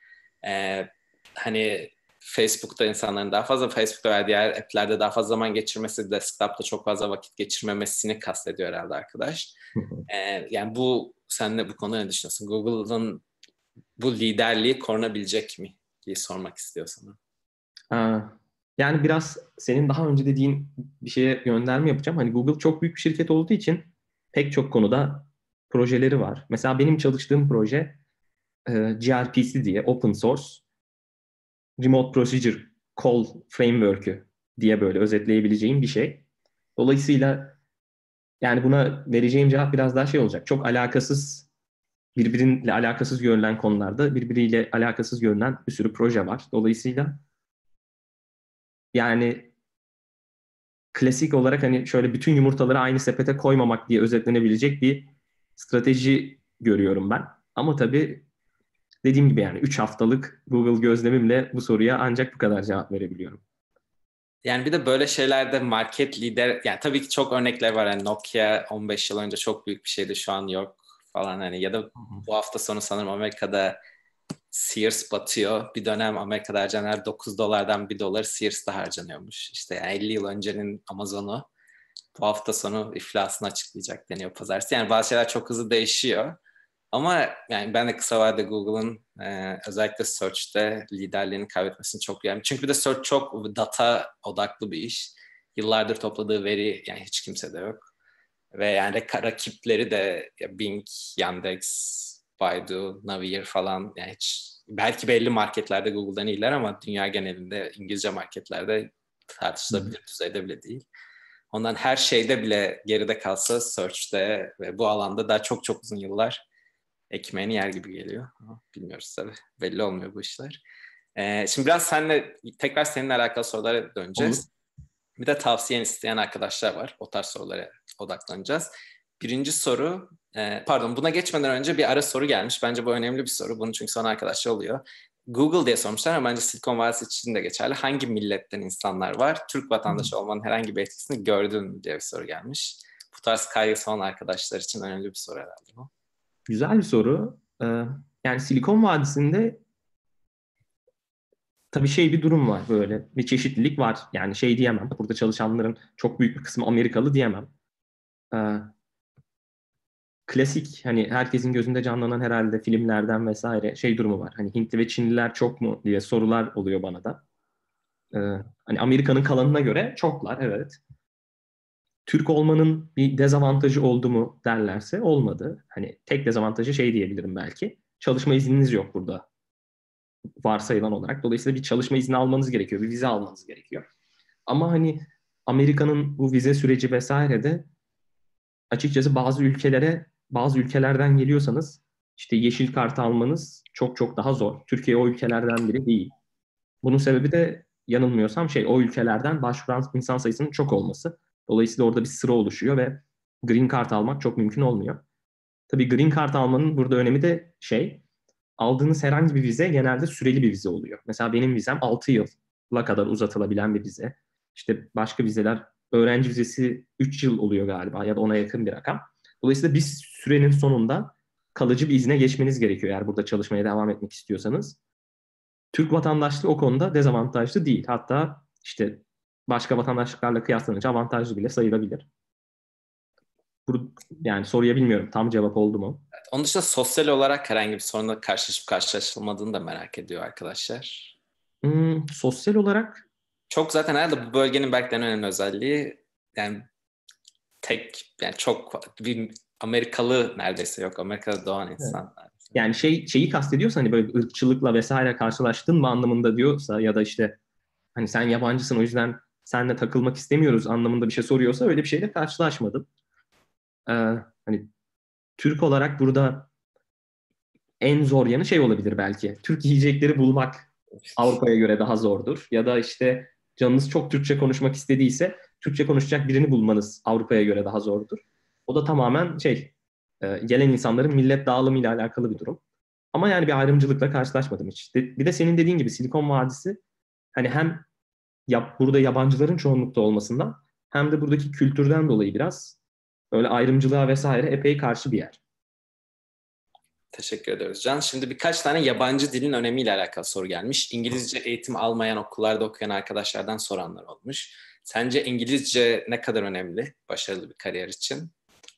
Hani Facebook'ta insanların daha fazla Facebook'ta veya diğer app'lerde daha fazla zaman geçirmesi, desktop'ta çok fazla vakit geçirmemesini kastediyor herhalde arkadaş. Yani sen de bu konuda ne düşünüyorsun? Google'ın bu liderliği korunabilecek mi diye sormak istiyor sana. Yani biraz senin daha önce dediğin bir şeye gönderme yapacağım. Hani Google çok büyük bir şirket olduğu için pek çok konuda projeleri var. Mesela benim çalıştığım proje gRPC diye open source Remote Procedure Call Framework'ü diye böyle özetleyebileceğim bir şey. Dolayısıyla yani buna vereceğim cevap biraz daha şey olacak. Çok alakasız, birbiriyle alakasız görülen konularda birbiriyle alakasız görülen bir sürü proje var. Dolayısıyla yani klasik olarak hani şöyle bütün yumurtaları aynı sepete koymamak diye özetlenebilecek bir strateji görüyorum ben. Ama tabii dediğim gibi yani 3 haftalık Google gözlemimle bu soruya ancak bu kadar cevap verebiliyorum. Yani bir de böyle şeylerde market lider, yani tabii ki çok örnekler var. Yani Nokia 15 yıl önce çok büyük bir şeydi, şu an yok falan hani, ya da bu hafta sonu sanırım Amerika'da Sears batıyor. Bir dönem Amerika'da harcanan $9'dan $1 Sears'ta harcanıyormuş. İşte yani 50 yıl öncenin Amazon'u bu hafta sonu iflasını açıklayacak deniyor pazartesi. Yani bazı şeyler çok hızlı değişiyor. Ama yani ben de kısa vadede Google'ın özellikle search'te liderliğini kaybetmesini çok duyuyorum. Çünkü bir de search çok data odaklı bir iş. Yıllardır topladığı veri yani hiç kimsede yok. Ve yani rakipleri de ya Bing, Yandex, Baidu, Naver falan, yani hiç, belki belli marketlerde Google'dan iyiler ama dünya genelinde İngilizce marketlerde tartışılabilir düzeyde bile değil. Ondan her şeyde bile geride kalsa search'te ve bu alanda daha çok çok uzun yıllar ekmeğini yer gibi geliyor. Ama bilmiyoruz tabii. Belli olmuyor bu işler. Şimdi biraz tekrar seninle alakalı sorulara döneceğiz. Olur. Bir de tavsiyen isteyen arkadaşlar var. O tarz sorulara odaklanacağız. Birinci soru, pardon, buna geçmeden önce bir ara soru gelmiş. Bence bu önemli bir soru. Bunun çünkü son arkadaşlar oluyor. Google diye sormuşlar ama bence Silikon Vadisi için de geçerli. Hangi milletten insanlar var? Türk vatandaşı olmanın herhangi bir etkisini gördün mü diye bir soru gelmiş. Bu tarz kaygısı olan arkadaşlar için önemli bir soru herhalde bu. Güzel bir soru. Yani Silikon Vadisi'nde tabii bir durum var böyle. Bir çeşitlilik var. Yani diyemem. Burada çalışanların çok büyük bir kısmı Amerikalı diyemem. Ee, Klasik hani herkesin gözünde canlanan herhalde filmlerden vesaire durumu var. Hani Hintli ve Çinliler çok mu diye sorular oluyor bana da. Ee, Hani Amerika'nın kalanına göre çoklar, evet. Türk olmanın bir dezavantajı oldu mu derlerse olmadı. Hani tek dezavantajı diyebilirim belki. Çalışma izniniz yok burada varsayılan olarak. Dolayısıyla bir çalışma izni almanız gerekiyor. Bir vize almanız gerekiyor. Ama hani Amerika'nın bu vize süreci vesaire de açıkçası bazı ülkelerden geliyorsanız yeşil kart almanız çok çok daha zor. Türkiye o ülkelerden biri değil. Bunun sebebi de yanılmıyorsam o ülkelerden başvuran insan sayısının çok olması. Dolayısıyla orada bir sıra oluşuyor ve green card almak çok mümkün olmuyor. Tabii green card almanın burada önemi de aldığınız herhangi bir vize genelde süreli bir vize oluyor. Mesela benim vizem 6 yıla kadar uzatılabilen bir vize. Başka vizeler öğrenci vizesi 3 yıl oluyor galiba ya da ona yakın bir rakam. Dolayısıyla bir sürenin sonunda kalıcı bir izne geçmeniz gerekiyor eğer burada çalışmaya devam etmek istiyorsanız. Türk vatandaşlığı o konuda dezavantajlı değil. Hatta başka vatandaşlıklarla kıyaslanınca avantajlı bile sayılabilir. Yani soruya bilmiyorum tam cevap oldu mu? Evet, onun dışında sosyal olarak herhangi bir sorunla karşılaşılmadığını da merak ediyor arkadaşlar. Sosyal olarak Çok zaten herhalde bu bölgenin belki de en önemli özelliği yani çok bir Amerikalı neredeyse yok. Amerika'da doğan insan. evet. Yani şeyi kastediyorsa hani böyle ırkçılıkla vesaire karşılaştın mı anlamında diyorsa ya da hani sen yabancısın o yüzden seninle takılmak istemiyoruz anlamında bir şey soruyorsa öyle bir şeyle karşılaşmadım. Ee, Hani Türk olarak burada en zor yanı olabilir belki. Türk yiyecekleri bulmak Avrupa'ya göre daha zordur. Ya da canınız çok Türkçe konuşmak istediyse Türkçe konuşacak birini bulmanız Avrupa'ya göre daha zordur. O da tamamen gelen insanların millet dağılımıyla alakalı bir durum. Ama yani bir ayrımcılıkla karşılaşmadım hiç. Bir de senin dediğin gibi Silikon Vadisi hani hem burada yabancıların çoğunlukta olmasından hem de buradaki kültürden dolayı biraz öyle ayrımcılığa vesaire epey karşı bir yer. Teşekkür ediyoruz Can. Şimdi birkaç tane yabancı dilin önemiyle alakalı soru gelmiş. İngilizce eğitim almayan okullarda okuyan arkadaşlardan soranlar olmuş. Sence İngilizce ne kadar önemli başarılı bir kariyer için?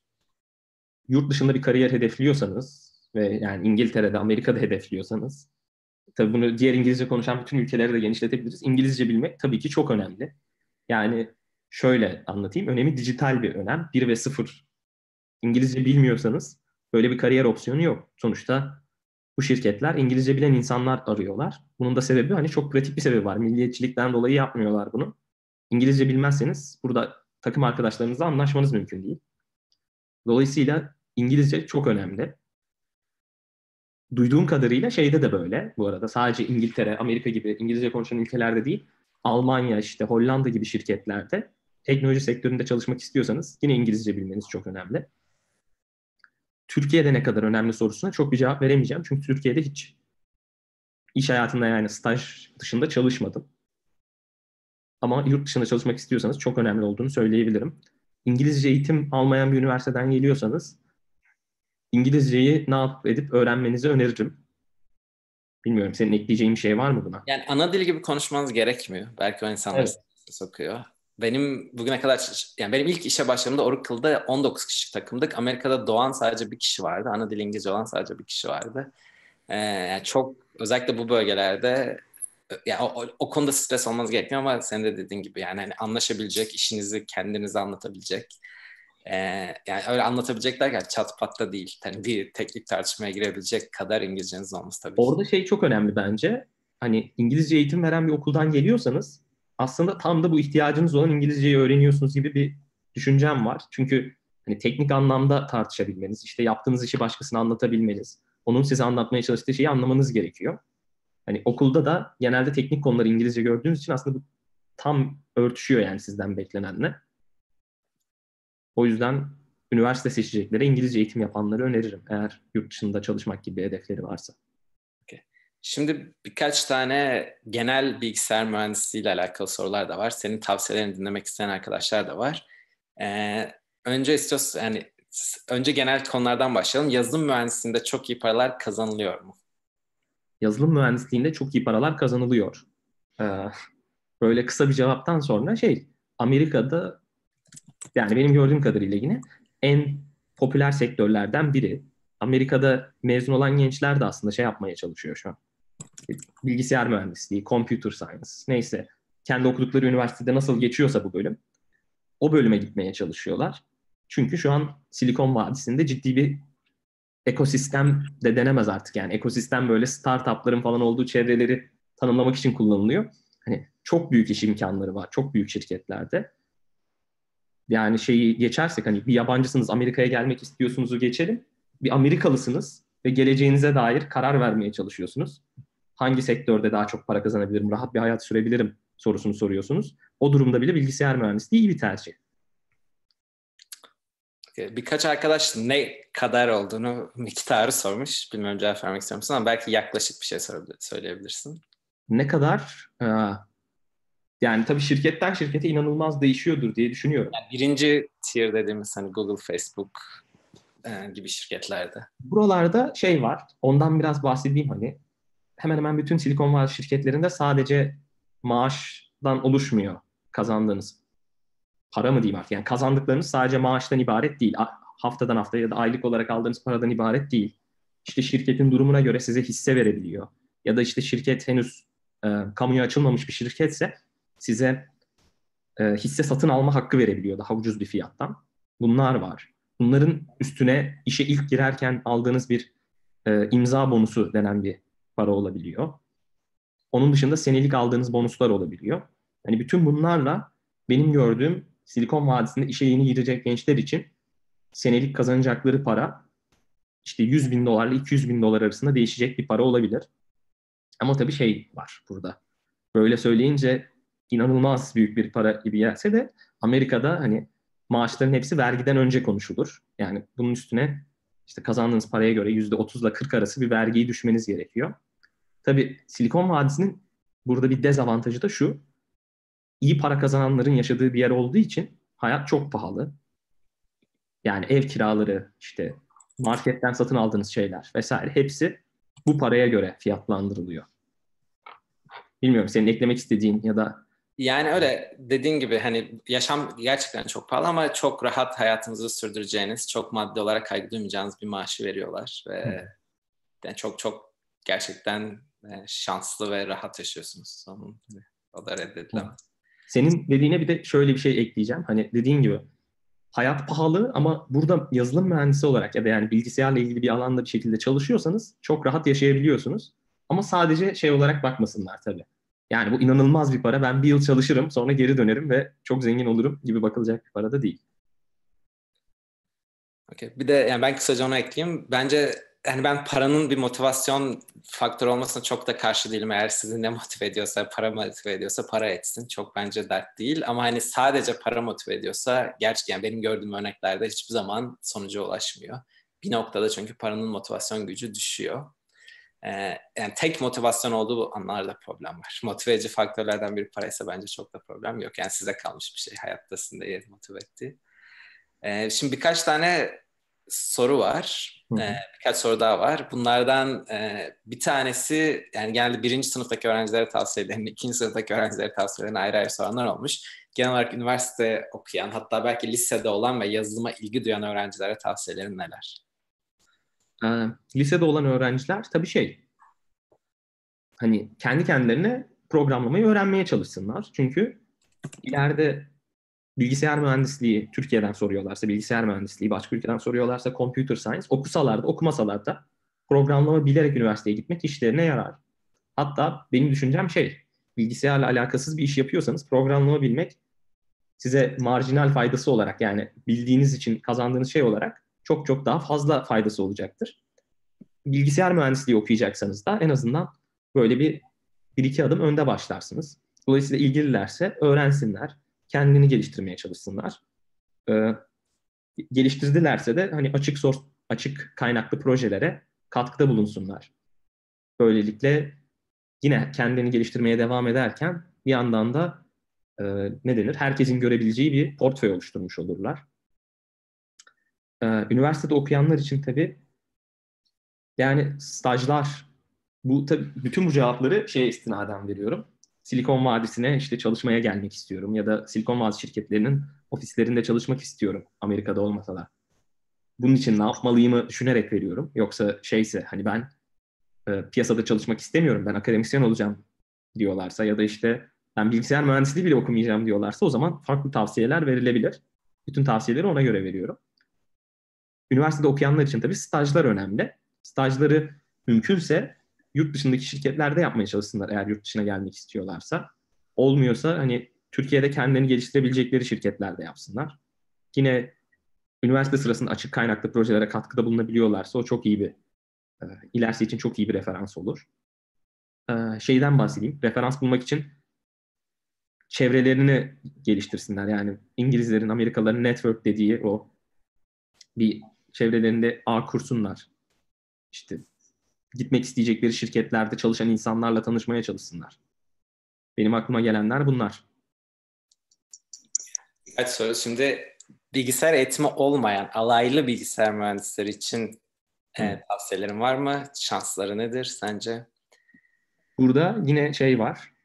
Yurt dışında bir kariyer hedefliyorsanız ve yani İngiltere'de, Amerika'da hedefliyorsanız tabii bunu diğer İngilizce konuşan bütün ülkelere de genişletebiliriz. İngilizce bilmek tabii ki çok önemli. Yani şöyle anlatayım. Önemi dijital bir önem. 1 ve 0. İngilizce bilmiyorsanız böyle bir kariyer opsiyonu yok. Sonuçta bu şirketler İngilizce bilen insanlar arıyorlar. Bunun da sebebi hani çok pratik bir sebebi var. Milliyetçilikten dolayı yapmıyorlar bunu. İngilizce bilmezseniz burada takım arkadaşlarınızla anlaşmanız mümkün değil. Dolayısıyla İngilizce çok önemli. Duyduğum kadarıyla de böyle bu arada. Sadece İngiltere, Amerika gibi İngilizce konuşan ülkelerde değil, Almanya, Hollanda gibi şirketlerde teknoloji sektöründe çalışmak istiyorsanız yine İngilizce bilmeniz çok önemli. Türkiye'de ne kadar önemli sorusuna çok bir cevap veremeyeceğim. Çünkü Türkiye'de hiç iş hayatında yani staj dışında çalışmadım. Ama yurt dışında çalışmak istiyorsanız çok önemli olduğunu söyleyebilirim. İngilizce eğitim almayan bir üniversiteden geliyorsanız İngilizceyi ne yapıp edip öğrenmenizi öneririm. Bilmiyorum senin ekleyeceğin bir şey var mı buna? Yani ana dil gibi konuşmanız gerekmiyor. Belki o insanları Evet. sokuyor. Benim ilk işe başladığımda Oracle'da 19 kişilik takımdık. Amerika'da doğan sadece bir kişi vardı. Ana dil İngilizce olan sadece bir kişi vardı. Yani çok özellikle bu bölgelerde yani o konuda stres olmanız gerekmiyor ama sen de dediğin gibi yani hani anlaşabilecek, işinizi kendinize anlatabilecek. Yani öyle anlatabilecek derken çat pat da değil. Yani bir teknik tartışmaya girebilecek kadar İngilizceniz olması tabii ki. Orada çok önemli bence. Hani İngilizce eğitim veren bir okuldan geliyorsanız aslında tam da bu ihtiyacınız olan İngilizceyi öğreniyorsunuz gibi bir düşüncem var. Çünkü hani teknik anlamda tartışabilmeniz, yaptığınız işi başkasına anlatabilmeniz, onun size anlatmaya çalıştığı şeyi anlamanız gerekiyor. Hani okulda da genelde teknik konuları İngilizce gördüğünüz için aslında bu tam örtüşüyor yani sizden beklenenle. O yüzden üniversite seçeceklere İngilizce eğitim yapanları öneririm eğer yurt dışında çalışmak gibi bir hedefleri varsa. Şimdi birkaç tane genel bilgisayar mühendisliği ile alakalı sorular da var. Senin tavsiyelerini dinlemek isteyen arkadaşlar da var. Önce istiyorsan yani önce genel konulardan başlayalım. Yazılım mühendisliğinde çok iyi paralar kazanılıyor mu? Yazılım mühendisliğinde çok iyi paralar kazanılıyor. Böyle kısa bir cevaptan sonra Amerika'da, yani benim gördüğüm kadarıyla yine en popüler sektörlerden biri. Amerika'da mezun olan gençler de aslında yapmaya çalışıyor şu an. Bilgisayar mühendisliği, computer science, neyse. Kendi okudukları üniversitede nasıl geçiyorsa bu bölüm, o bölüme gitmeye çalışıyorlar. Çünkü şu an Silikon Vadisi'nde ciddi bir ekosistem de denemez artık. Yani ekosistem böyle startupların falan olduğu çevreleri tanımlamak için kullanılıyor. Hani çok büyük iş imkanları var, çok büyük şirketlerde. Yani geçersek, hani bir yabancısınız, Amerika'ya gelmek istiyorsunuzu geçelim. Bir Amerikalısınız ve geleceğinize dair karar vermeye çalışıyorsunuz. Hangi sektörde daha çok para kazanabilirim, rahat bir hayat sürebilirim sorusunu soruyorsunuz. O durumda bile bilgisayar mühendisliği iyi bir tercih. Birkaç arkadaş ne kadar olduğunu, miktarı sormuş. Bilmiyorum cevap vermek istiyor musun ama belki yaklaşık bir şey söyleyebilirsin. Ne kadar? Yani tabii şirketten şirkete inanılmaz değişiyordur diye düşünüyorum. Yani birinci tier dediğimiz hani Google, Facebook gibi şirketlerde. Buralarda var, ondan biraz bahsedeyim hani. Hemen hemen bütün Silikon Vadisi şirketlerinde sadece maaştan oluşmuyor kazandığınız para mı diyeyim artık. Yani kazandıklarınız sadece maaştan ibaret değil. Haftadan haftaya ya da aylık olarak aldığınız paradan ibaret değil. İşte şirketin durumuna göre size hisse verebiliyor. Ya da işte şirket henüz kamuya açılmamış bir şirketse size hisse satın alma hakkı verebiliyor daha ucuz bir fiyattan. Bunlar var. Bunların üstüne işe ilk girerken aldığınız bir imza bonusu denen bir para olabiliyor. Onun dışında senelik aldığınız bonuslar olabiliyor. Yani bütün bunlarla benim gördüğüm Silikon Vadisi'nde işe yeni girecek gençler için senelik kazanacakları para işte 100 bin dolarla 200 bin dolar arasında değişecek bir para olabilir. Ama tabii var burada. Böyle söyleyince inanılmaz büyük bir para gibi gelse de Amerika'da hani maaşların hepsi vergiden önce konuşulur. Yani bunun üstüne işte kazandığınız paraya göre %30 ile 40 arası bir vergiyi düşmeniz gerekiyor. Tabii Silikon Vadisi'nin burada bir dezavantajı da şu: iyi para kazananların yaşadığı bir yer olduğu için hayat çok pahalı. Yani ev kiraları, işte marketten satın aldığınız şeyler vesaire hepsi bu paraya göre fiyatlandırılıyor. Bilmiyorum, senin eklemek istediğin ya da... Yani öyle dediğin gibi hani yaşam gerçekten çok pahalı ama çok rahat hayatınızı sürdüreceğiniz, çok maddi olarak kaygı duymayacağınız bir maaşı veriyorlar ve yani çok çok gerçekten şanslı ve rahat yaşıyorsunuz. O da reddedilemez. Senin dediğine bir de şöyle bir şey ekleyeceğim. Hani dediğin gibi hayat pahalı ama burada yazılım mühendisi olarak ya da yani bilgisayarla ilgili bir alanda bir şekilde çalışıyorsanız çok rahat yaşayabiliyorsunuz. Ama sadece olarak bakmasınlar tabii. Yani bu inanılmaz bir para. Ben bir yıl çalışırım, sonra geri dönerim ve çok zengin olurum gibi bakılacak bir para da değil. Okay. Bir de yani ben kısaca ona ekleyeyim. Bence yani ben paranın bir motivasyon faktörü olmasına çok da karşı değilim. Eğer sizi ne motive ediyorsa, para motive ediyorsa para etsin. Çok bence dert değil. Ama hani sadece para motive ediyorsa gerçekten benim gördüğüm örneklerde hiçbir zaman sonuca ulaşmıyor. Bir noktada çünkü paranın motivasyon gücü düşüyor. Yani tek motivasyon olduğu anlarda problem var. Motive edici faktörlerden biri paraysa bence çok da problem yok. Yani size kalmış bir şey. Hayatta sizin de motive ettiği. Şimdi birkaç tane soru var. Birkaç soru daha var. Bunlardan bir tanesi yani genelde birinci sınıftaki öğrencilere tavsiye eden, ikinci sınıftaki öğrencilere tavsiye eden ayrı ayrı soranlar olmuş. Genel olarak üniversite okuyan, hatta belki lisede olan ve yazılıma ilgi duyan öğrencilere tavsiyelerin neler? Lisede olan öğrenciler tabii hani kendi kendilerine programlamayı öğrenmeye çalışsınlar. Çünkü ileride bilgisayar mühendisliği Türkiye'den soruyorlarsa, bilgisayar mühendisliği başka ülkeden soruyorlarsa computer science okusalar da okumasalar da programlama bilerek üniversiteye gitmek işlerine yarar. Hatta benim düşüncem bilgisayarla alakasız bir iş yapıyorsanız programlama bilmek size marjinal faydası olarak, yani bildiğiniz için kazandığınız olarak çok çok daha fazla faydası olacaktır. Bilgisayar mühendisliği okuyacaksanız da en azından böyle bir iki adım önde başlarsınız. Dolayısıyla ilgililerse öğrensinler, kendini geliştirmeye çalışsınlar. Geliştirdilerse de hani açık kaynaklı projelere katkıda bulunsunlar. Böylelikle yine kendini geliştirmeye devam ederken bir yandan da ne denir? Herkesin görebileceği bir portföy oluşturmuş olurlar. Üniversitede okuyanlar için tabii yani stajlar, bu tabii bütün bu cevapları şeye istinaden veriyorum. Silikon Vadisi'ne işte çalışmaya gelmek istiyorum ya da Silikon Vadisi şirketlerinin ofislerinde çalışmak istiyorum Amerika'da olmasa da. Bunun için ne yapmalıyımı düşünerek veriyorum. Yoksa şeyse hani ben piyasada çalışmak istemiyorum, ben akademisyen olacağım diyorlarsa ya da işte ben bilgisayar mühendisliği bile okumayacağım diyorlarsa o zaman farklı tavsiyeler verilebilir. Bütün tavsiyeleri ona göre veriyorum. Üniversitede okuyanlar için tabii stajlar önemli. Stajları mümkünse yurt dışındaki şirketlerde yapmaya çalışsınlar eğer yurt dışına gelmek istiyorlarsa. Olmuyorsa hani Türkiye'de kendilerini geliştirebilecekleri şirketlerde yapsınlar. Yine üniversite sırasında açık kaynaklı projelere katkıda bulunabiliyorlarsa o çok iyi bir, ilerisi için çok iyi bir referans olur. Şeyden bahsedeyim. Referans bulmak için çevrelerini geliştirsinler. Yani İngilizlerin, Amerikalıların network dediği o bir çevrelerinde ağ kursunlar. İşte gitmek isteyecekleri şirketlerde çalışan insanlarla tanışmaya çalışsınlar. Benim aklıma gelenler bunlar. Evet, soru. Şimdi bilgisayar eğitimi olmayan alaylı bilgisayar mühendisleri için tavsiyelerin var mı? Şansları nedir sence? Burada yine şey var.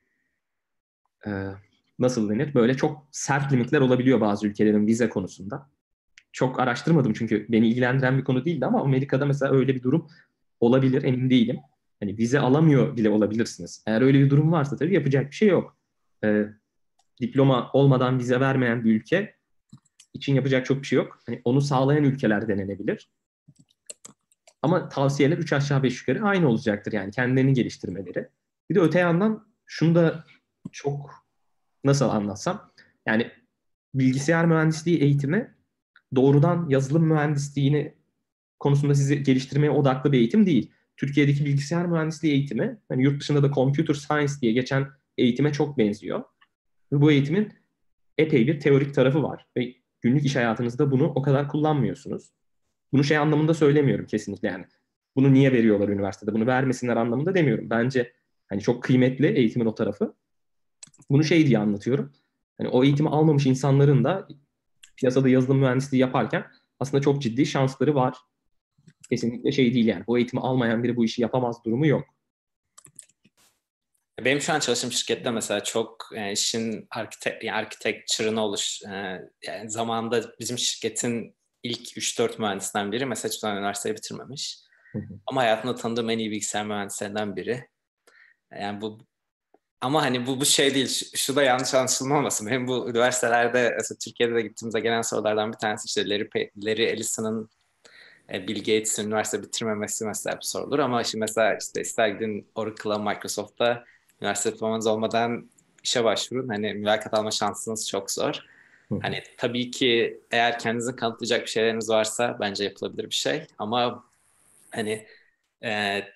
Nasıl denir? Böyle çok sert limitler olabiliyor bazı ülkelerin vize konusunda. Çok araştırmadım çünkü beni ilgilendiren bir konu değildi ama Amerika'da mesela öyle bir durum olabilir, emin değilim. Hani vize alamıyor bile olabilirsiniz. Eğer öyle bir durum varsa tabii yapacak bir şey yok. Diploma olmadan vize vermeyen bir ülke için yapacak çok bir şey yok. Hani onu sağlayan ülkeler denenebilir. Ama tavsiyeler 3 aşağı 5 yukarı aynı olacaktır. Yani kendilerini geliştirmeleri. Bir de öte yandan şunu da çok nasıl anlatsam, yani bilgisayar mühendisliği eğitimi doğrudan yazılım mühendisliğini konusunda sizi geliştirmeye odaklı bir eğitim değil. Türkiye'deki bilgisayar mühendisliği eğitimi, hani yurt dışında da computer science diye geçen eğitime çok benziyor. Ve bu eğitimin epey bir teorik tarafı var. Ve günlük iş hayatınızda bunu o kadar kullanmıyorsunuz. Bunu şey anlamında söylemiyorum kesinlikle yani. Bunu niye veriyorlar üniversitede? Bunu vermesinler anlamında demiyorum. Bence hani çok kıymetli eğitimin o tarafı. Bunu şey diye anlatıyorum. Hani o eğitimi almamış insanların da piyasada yazılım mühendisliği yaparken aslında çok ciddi şansları var. Kesinlikle şey değil yani. Bu eğitimi almayan biri bu işi yapamaz durumu yok. Benim şu an çalıştığım şirkette mesela çok işin architecture'ını yani zamanında bizim şirketin ilk 3-4 mühendisinden biri Massachusetts Üniversitesi'yi bitirmemiş. Ama hayatımda tanıdığım en iyi bilgisayar mühendislerinden biri. Yani ama hani bu şey değil. Şu da yanlış anlaşılma olmasın. Benim bu üniversitelerde mesela Türkiye'de de gittiğimizde gelen sorulardan bir tanesi işte Larry Ellison'ın Bill Gates'in üniversite bitirmemesi mesela bir sorulur ama şimdi mesela işte ister gidin Oracle'a, Microsoft'ta üniversite diplomanız olmadan işe başvurun. Hani mülakat alma şansınız çok zor. Hani tabii ki eğer kendinizi kanıtlayacak bir şeyleriniz varsa bence yapılabilir bir şey ama hani e,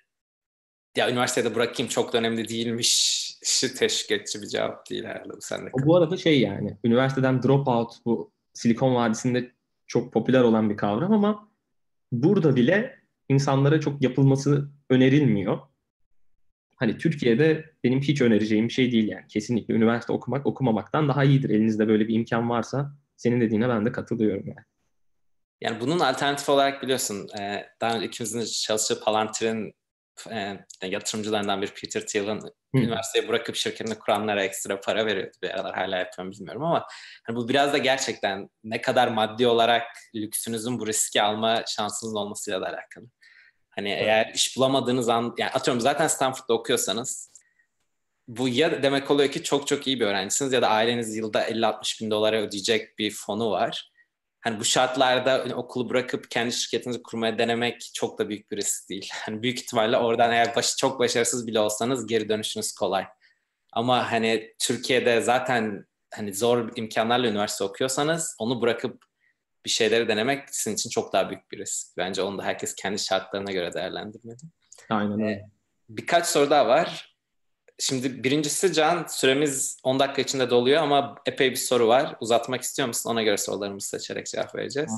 ya üniversitede bırakayım çok da önemli değilmiş teşvik edici bir cevap değil herhalde bu sende. Bu arada şey yani üniversiteden dropout bu Silikon Vadisi'nde çok popüler olan bir kavram ama burada bile insanlara çok yapılması önerilmiyor. Hani Türkiye'de benim hiç önereceğim bir şey değil yani. Kesinlikle üniversite okumak okumamaktan daha iyidir. Elinizde böyle bir imkan varsa senin dediğine ben de katılıyorum yani. Yani bunun alternatif olarak biliyorsun daha önce ikimizin çalıştığı Palantir'in yatırımcılarından bir Peter Thiel'in üniversiteyi bırakıp şirketini kuranlara ekstra para veriyordu. Bir aralar hala yapıyorum bilmiyorum ama hani bu biraz da gerçekten ne kadar maddi olarak lüksünüzün bu riski alma şansınızın olmasıyla da alakalı. Hani eğer iş bulamadığınız an, yani atıyorum zaten Stanford'da okuyorsanız bu ya demek oluyor ki çok çok iyi bir öğrencisiniz ya da aileniz yılda 50-60 bin dolara ödeyecek bir fonu var. Hani bu şartlarda okulu bırakıp kendi şirketinizi kurmaya denemek çok da büyük bir risk değil. Hani büyük ihtimalle oradan eğer çok başarısız bile olsanız geri dönüşünüz kolay. Ama hani Türkiye'de zaten hani zor imkanlarla üniversite okuyorsanız onu bırakıp bir şeyleri denemek sizin için çok daha büyük bir risk. Bence onu da herkes kendi şartlarına göre değerlendirmeli. Aynen öyle. Birkaç soru daha var. Şimdi birincisi Can, süremiz 10 dakika içinde doluyor ama epey bir soru var. Uzatmak istiyor musun? Ona göre sorularımızı seçerek cevap vereceğiz.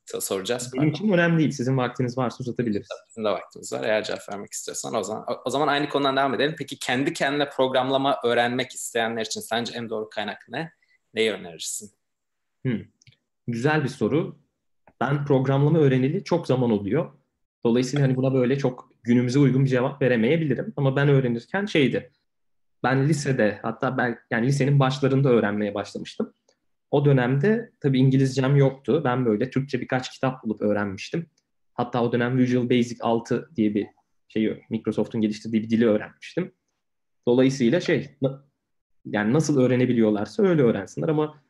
soracağız. Benim için önemli değil. Sizin vaktiniz varsa uzatabiliriz. Bizim de vaktimiz var. Eğer cevap vermek istiyorsan o zaman aynı konudan devam edelim. Peki kendi kendine programlama öğrenmek isteyenler için sence en doğru kaynak ne? Neyi önerirsin? Güzel bir soru. Ben programlama öğreneli çok zaman oluyor. Dolayısıyla hani buna böyle çok günümüze uygun bir cevap veremeyebilirim. Ama ben öğrenirken ben lisede, hatta ben yani lisenin başlarında öğrenmeye başlamıştım. O dönemde tabii İngilizcem yoktu. Ben böyle Türkçe birkaç kitap bulup öğrenmiştim. Hatta o dönem Visual Basic 6 diye bir Microsoft'un geliştirdiği bir dili öğrenmiştim. Dolayısıyla yani nasıl öğrenebiliyorlarsa öyle öğrensinler, ama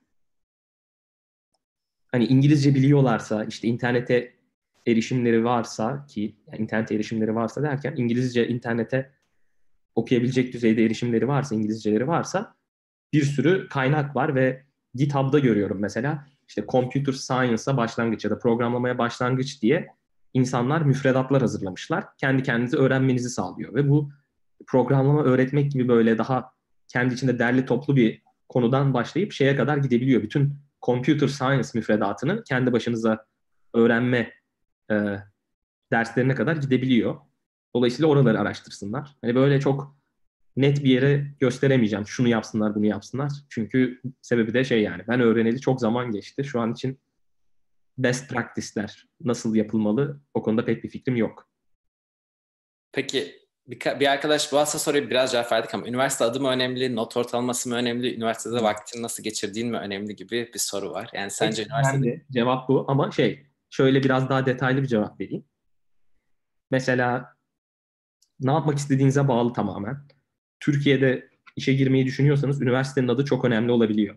hani İngilizce biliyorlarsa, işte internete erişimleri varsa, ki yani internete erişimleri varsa derken İngilizce internete okuyabilecek düzeyde erişimleri varsa, İngilizceleri varsa bir sürü kaynak var ve GitHub'da görüyorum mesela, işte Computer Science'a başlangıç ya da programlamaya başlangıç diye insanlar müfredatlar hazırlamışlar. Kendi kendinize öğrenmenizi sağlıyor ve bu programlama öğretmek gibi böyle daha kendi içinde derli toplu bir konudan başlayıp şeye kadar gidebiliyor. Bütün Computer Science müfredatını kendi başınıza öğrenme derslerine kadar gidebiliyor. Dolayısıyla oraları araştırsınlar. Hani böyle çok net bir yere gösteremeyeceğim. Şunu yapsınlar, bunu yapsınlar. Çünkü sebebi de yani ben öğreneli çok zaman geçti. Şu an için best practice'ler nasıl yapılmalı, o konuda pek bir fikrim yok. Peki bir arkadaş bu aslında soruya biraz cevap verdik ama üniversite adı mı önemli, not ortalaması mı önemli, üniversitede vaktini nasıl geçirdiğin mi önemli gibi bir soru var. Yani sence üniversitede... Cevap bu ama şöyle biraz daha detaylı bir cevap vereyim. Mesela ne yapmak istediğinize bağlı tamamen. Türkiye'de işe girmeyi düşünüyorsanız üniversitenin adı çok önemli olabiliyor.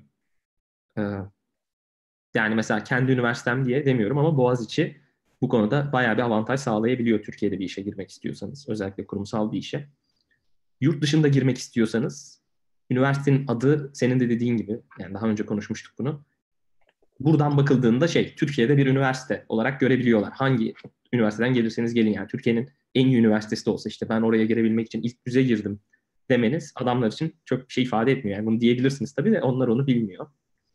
Yani mesela kendi üniversitem diye demiyorum ama Boğaziçi bu konuda bayağı bir avantaj sağlayabiliyor Türkiye'de bir işe girmek istiyorsanız. Özellikle kurumsal bir işe. Yurt dışında girmek istiyorsanız üniversitenin adı senin de dediğin gibi, yani daha önce konuşmuştuk bunu. Buradan bakıldığında Türkiye'de bir üniversite olarak görebiliyorlar. Hangi üniversiteden gelirseniz gelin, yani Türkiye'nin en iyi üniversitesi de olsa işte ben oraya girebilmek için ilk yüze girdim demeniz adamlar için çok bir şey ifade etmiyor. Yani bunu diyebilirsiniz tabii de onlar onu bilmiyor.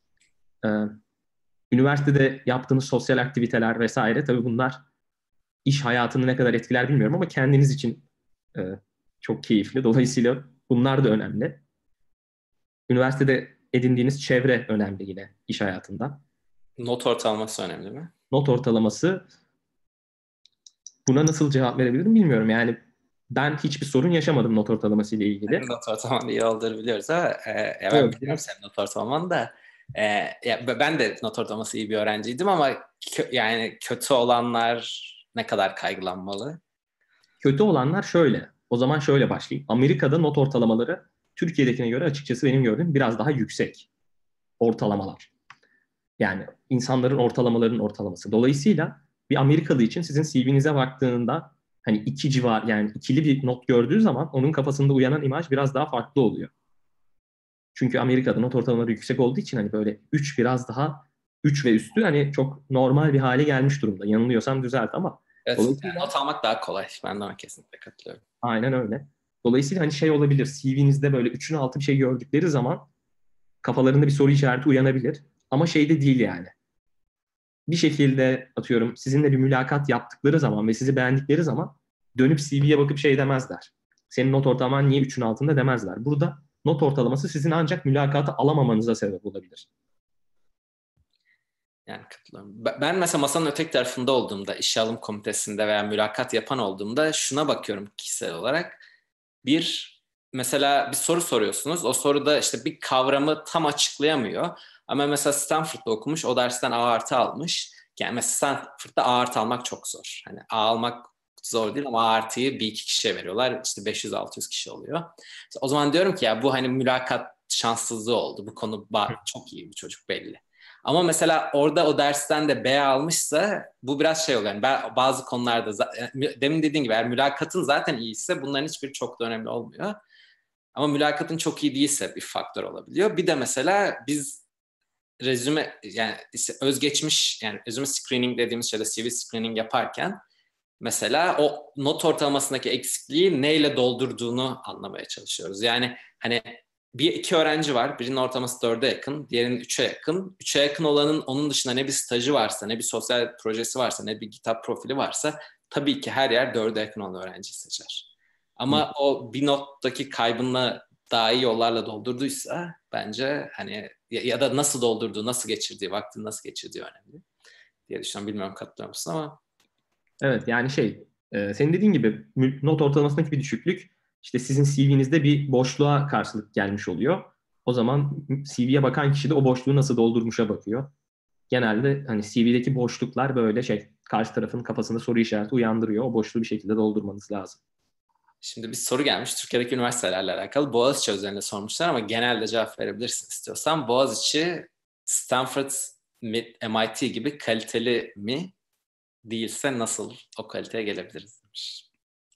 Üniversitede yaptığınız sosyal aktiviteler vesaire, tabii bunlar iş hayatını ne kadar etkiler bilmiyorum ama kendiniz için çok keyifli. Dolayısıyla bunlar da önemli. Üniversitede edindiğiniz çevre önemli yine iş hayatında. Not ortalaması önemli mi? Not ortalaması, buna nasıl cevap verebilirim bilmiyorum. Yani ben hiçbir sorun yaşamadım not ortalaması ile ilgili. Senin not ortalaman iyi olduğunu biliyoruz ama ben evet, biliyorum senin not ortalamanı da. Ben de not ortalaması iyi bir öğrenciydim ama yani kötü olanlar ne kadar kaygılanmalı? Kötü olanlar şöyle. O zaman şöyle başlayayım. Amerika'da not ortalamaları Türkiye'dekine göre açıkçası benim gördüğüm biraz daha yüksek ortalamalar. Yani insanların ortalamalarının ortalaması. Dolayısıyla bir Amerikalı için sizin CV'nize baktığında hani 2 civar, yani ikili bir not gördüğü zaman onun kafasında uyanan imaj biraz daha farklı oluyor. Çünkü Amerika'da not ortalamaları yüksek olduğu için hani böyle 3 biraz daha 3 ve üstü hani çok normal bir hale gelmiş durumda. Yanılıyorsam düzelt ama. Evet, yani not almak daha kolay. Ben de ona kesinlikle katılıyorum. Aynen öyle. Dolayısıyla hani olabilir. CV'nizde böyle 3'ün altı bir şey gördükleri zaman kafalarında bir soru işareti uyanabilir. Ama de değil yani. Bir şekilde atıyorum sizinle bir mülakat yaptıkları zaman ve sizi beğendikleri zaman dönüp CV'ye bakıp demezler. Senin not ortalaman niye 3'ün altında demezler. Burada not ortalaması sizin ancak mülakatı alamamanıza sebep olabilir. Yani katılıyorum. Ben mesela masanın öteki tarafında olduğumda, işe alım komitesinde veya mülakat yapan olduğumda şuna bakıyorum kişisel olarak. Mesela bir soru soruyorsunuz. O soruda işte bir kavramı tam açıklayamıyor. Ama mesela Stanford'da okumuş, o dersten A+ almış. Yani mesela Stanford'da A+ almak çok zor. Hani A almak zor değil ama A+'yı bir iki kişiye veriyorlar. İşte 500-600 kişi oluyor. O zaman diyorum ki ya bu hani mülakat şanssızlığı oldu. Bu konu çok iyi bir çocuk belli. Ama mesela orada o dersten de B almışsa bu biraz oluyor. Yani bazı konularda demin dediğin gibi eğer mülakatın zaten iyiyse bunların hiçbiri çok da önemli olmuyor. Ama mülakatın çok iyi değilse bir faktör olabiliyor. Bir de mesela biz rezüme yani özgeçmiş yani rezüme screening dediğimiz şeyde CV screening yaparken mesela o not ortalamasındaki eksikliği neyle doldurduğunu anlamaya çalışıyoruz. Yani hani iki öğrenci var. Birinin ortalaması 4'e yakın, diğerinin 3'e yakın. 3'e yakın olanın onun dışında ne bir stajı varsa, ne bir sosyal projesi varsa, ne bir GitHub profili varsa tabii ki her yer 4'e yakın olan öğrenciyi seçer. Ama o bir nottaki kaybını daha iyi yollarla doldurduysa bence hani ya da nasıl doldurduğu, nasıl geçirdiği, vaktini nasıl geçirdiği önemli diye düşünüyorum. Bilmiyorum katılıyor musun ama. Evet yani senin dediğin gibi not ortalamasındaki bir düşüklük işte sizin CV'nizde bir boşluğa karşılık gelmiş oluyor. O zaman CV'ye bakan kişi de o boşluğu nasıl doldurmuşa bakıyor. Genelde hani CV'deki boşluklar böyle karşı tarafın kafasında soru işareti uyandırıyor. O boşluğu bir şekilde doldurmanız lazım. Şimdi bir soru gelmiş Türkiye'deki üniversitelerle alakalı. Boğaziçi üzerinde sormuşlar ama genelde cevap verebilirsin istiyorsan. Boğaziçi, Stanford, MIT gibi kaliteli mi? Değilse nasıl o kaliteye gelebiliriz demiş.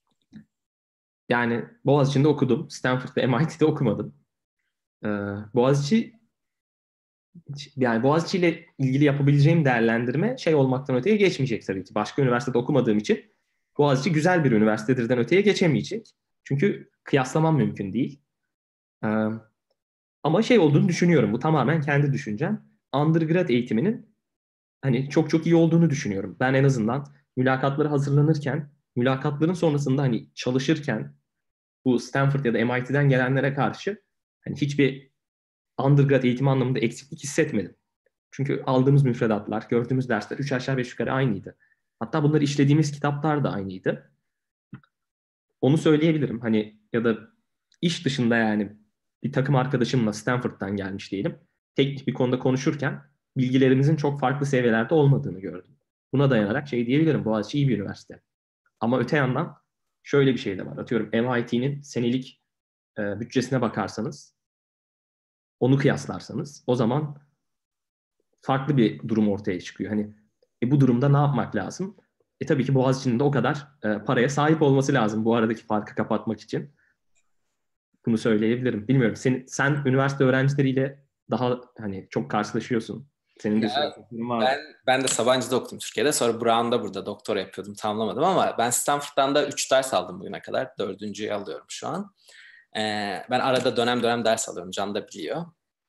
Yani Boğaziçi'nde okudum. Stanford ve MIT'de okumadım. Boğaziçi yani Boğaziçi ile ilgili yapabileceğim değerlendirme olmaktan öteye geçmeyecek tabii ki. Başka üniversitede okumadığım için Boğaziçi güzel bir üniversitedirden öteye geçemeyecek. Çünkü kıyaslamam mümkün değil. Ee, Ama olduğunu düşünüyorum. Bu tamamen kendi düşüncem. Undergrad eğitiminin hani çok çok iyi olduğunu düşünüyorum. Ben en azından mülakatlara hazırlanırken, mülakatların sonrasında hani çalışırken bu Stanford ya da MIT'den gelenlere karşı hani hiçbir undergrad eğitimi anlamında eksiklik hissetmedim. Çünkü aldığımız müfredatlar, gördüğümüz dersler 3 aşağı 5 yukarı aynıydı. Hatta bunları işlediğimiz kitaplar da aynıydı. Onu söyleyebilirim. Hani ya da iş dışında yani bir takım arkadaşımla Stanford'dan gelmiş diyelim. Teknik bir konuda konuşurken bilgilerimizin çok farklı seviyelerde olmadığını gördüm. Buna dayanarak diyebilirim. Boğaziçi iyi bir üniversite. Ama öte yandan şöyle bir şey de var. Atıyorum MIT'nin senelik bütçesine bakarsanız, onu kıyaslarsanız o zaman farklı bir durum ortaya çıkıyor. Hani bu durumda ne yapmak lazım? Tabii ki Boğaziçi'nin de o kadar paraya sahip olması lazım bu aradaki farkı kapatmak için. Bunu söyleyebilirim. Bilmiyorum. Sen üniversite öğrencileriyle daha hani çok karşılaşıyorsun. Senin de Ya söylediğin vardı. ben de Sabancı'da okudum Türkiye'de. Sonra Brown'da burada doktora yapıyordum. Tamamlamadım ama ben Stanford'dan da 3 ders aldım bugüne kadar. 4.'yü alıyorum şu an. Ben arada dönem dönem ders alıyorum. Can da biliyor.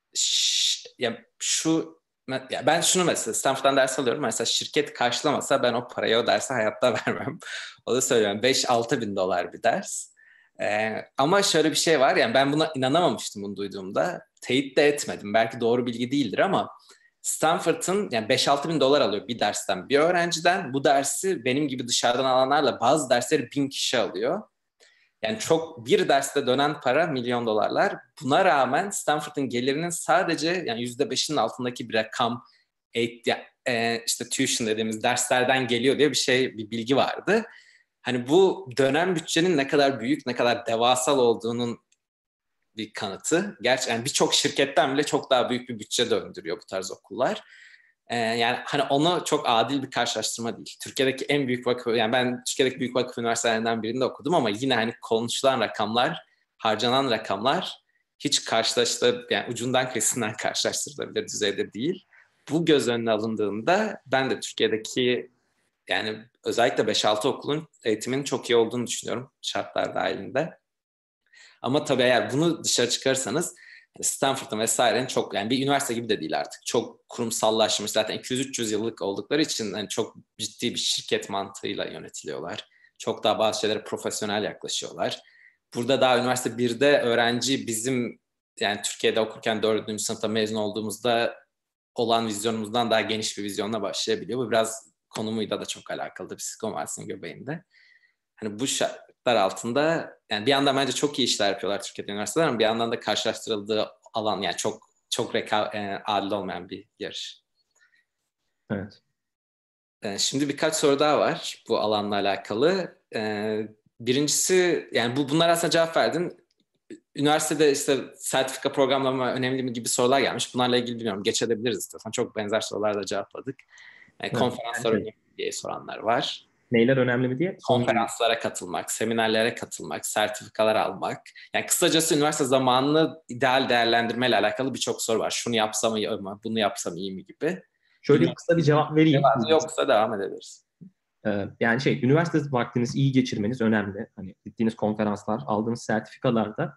Ben şunu mesela Stanford'dan ders alıyorum. Mesela şirket karşılamasa ben o parayı o derse hayatta vermem. O da söylüyorum. 5-6 bin dolar bir ders. Ama şöyle bir şey var. Yani ben buna inanamamıştım bunu duyduğumda. Teyit de etmedim. Belki doğru bilgi değildir ama Stanford'ın yani 5-6 bin dolar alıyor bir dersten bir öğrenciden. Bu dersi benim gibi dışarıdan alanlarla bazı dersleri 1000 kişi alıyor. Yani çok bir derste dönen para milyon dolarlar. Buna rağmen Stanford'ın gelirinin sadece yani %5'inin altındaki bir rakam işte tuition dediğimiz derslerden geliyor diye bir bilgi vardı. Hani bu dönem bütçenin ne kadar büyük, ne kadar devasal olduğunun bir kanıtı. Gerçi yani birçok şirketten bile çok daha büyük bir bütçe döndürüyor bu tarz okullar. Yani hani onu çok adil bir karşılaştırma değil. Türkiye'deki en büyük vakıf, yani ben Türkiye'deki büyük vakıf üniversitelerinden birinde okudum ama yine hani konuşulan rakamlar, harcanan rakamlar hiç yani ucundan kıyısından karşılaştırılabilir düzeyde değil. Bu göz önüne alındığında ben de Türkiye'deki yani özellikle 5-6 okulun eğitiminin çok iyi olduğunu düşünüyorum şartlar dahilinde. Ama tabii eğer bunu dışarı çıkarırsanız Stanford'ın vesairenin çok yani bir üniversite gibi de değil artık. Çok kurumsallaşmış. Zaten 200-300 yıllık oldukları için yani çok ciddi bir şirket mantığıyla yönetiliyorlar. Çok daha bazı şeylere profesyonel yaklaşıyorlar. Burada daha üniversite 1'de öğrenci bizim yani Türkiye'de okurken 4. sınıfta mezun olduğumuzda olan vizyonumuzdan daha geniş bir vizyonla başlayabiliyor. Bu biraz konumuyla da çok alakalı bir Silikon Vadisi'nin göbeğinde. Hani bu şartlar altında yani bir yandan bence çok iyi işler yapıyorlar Türkiye'de üniversiteler ama bir yandan da karşılaştırıldığı alan yani çok adil olmayan bir yarış. Evet. Şimdi birkaç soru daha var bu alanla alakalı. Birincisi yani bunlar aslında cevap verdin. Üniversitede işte sertifika programlama önemli mi gibi sorular gelmiş. Bunlarla ilgili bilmiyorum. Geçebiliriz istiyorsan. Çok benzer sorular da cevapladık. Konferanslar önemli mi diye soranlar var. Neyler önemli mi diye? Konferanslara katılmak, seminerlere katılmak, sertifikalar almak. Yani kısacası üniversite zamanını ideal değerlendirmeyle alakalı birçok soru var. Şunu yapsam iyi mi, bunu yapsam iyi mi gibi. Şöyle kısa bir cevap vereyim. Yoksa devam edebiliriz. Yani üniversite vaktinizi iyi geçirmeniz önemli. Hani gittiğiniz konferanslar, aldığınız sertifikalarda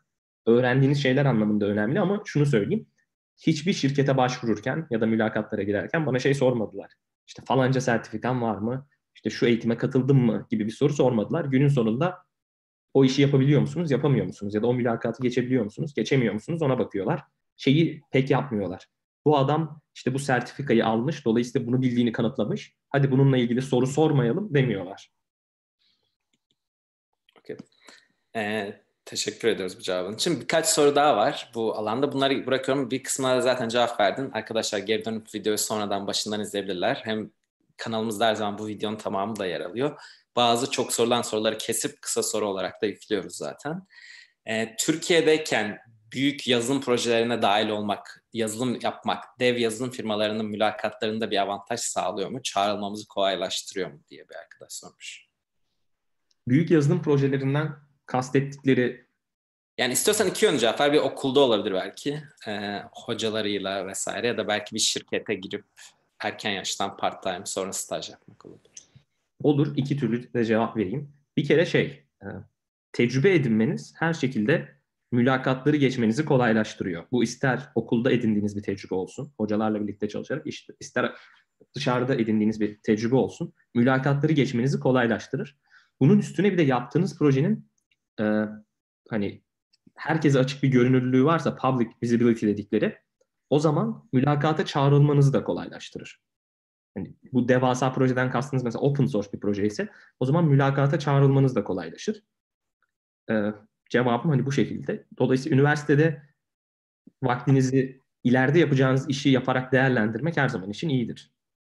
öğrendiğiniz şeyler anlamında önemli ama şunu söyleyeyim. Hiçbir şirkete başvururken ya da mülakatlara girerken bana şey sormadılar. İşte falanca sertifikan var mı? İşte şu eğitime katıldın mı gibi bir soru sormadılar. Günün sonunda o işi yapabiliyor musunuz, yapamıyor musunuz? Ya da o mülakatı geçebiliyor musunuz, geçemiyor musunuz? Ona bakıyorlar. Şeyi pek yapmıyorlar. Bu adam işte bu sertifikayı almış, dolayısıyla bunu bildiğini kanıtlamış. Hadi bununla ilgili soru sormayalım demiyorlar. Okay. Teşekkür ediyoruz bu cevabın için. Birkaç soru daha var bu alanda. Bunları bırakıyorum. Bir kısmına da zaten cevap verdin. Arkadaşlar geri dönüp videoyu sonradan başından izleyebilirler. Hem kanalımızda her zaman bu videonun tamamı da yer alıyor. Bazı çok sorulan soruları kesip kısa soru olarak da yüklüyoruz zaten. Türkiye'deyken büyük yazılım projelerine dahil olmak, yazılım yapmak, dev yazılım firmalarının mülakatlarında bir avantaj sağlıyor mu? Çağrılmamızı kolaylaştırıyor mu diye bir arkadaş sormuş. Büyük yazılım projelerinden kastettikleri... Yani istiyorsan iki yönlü cevap ver. Bir okulda olabilir belki. Hocalarıyla vesaire ya da belki bir şirkete girip erken yaştan part-time sonra staj yapmak olabilir. Olur. İki türlü de cevap vereyim. Bir kere tecrübe edinmeniz her şekilde mülakatları geçmenizi kolaylaştırıyor. Bu ister okulda edindiğiniz bir tecrübe olsun, hocalarla birlikte çalışarak, ister dışarıda edindiğiniz bir tecrübe olsun, mülakatları geçmenizi kolaylaştırır. Bunun üstüne bir de yaptığınız projenin hani herkese açık bir görünürlüğü varsa, public visibility dedikleri, o zaman mülakata çağrılmanızı da kolaylaştırır. Yani bu devasa projeden kastınız mesela open source bir proje ise o zaman mülakata çağrılmanız da kolaylaşır. Cevabım hani bu şekilde. Dolayısıyla üniversitede vaktinizi ileride yapacağınız işi yaparak değerlendirmek her zaman için iyidir.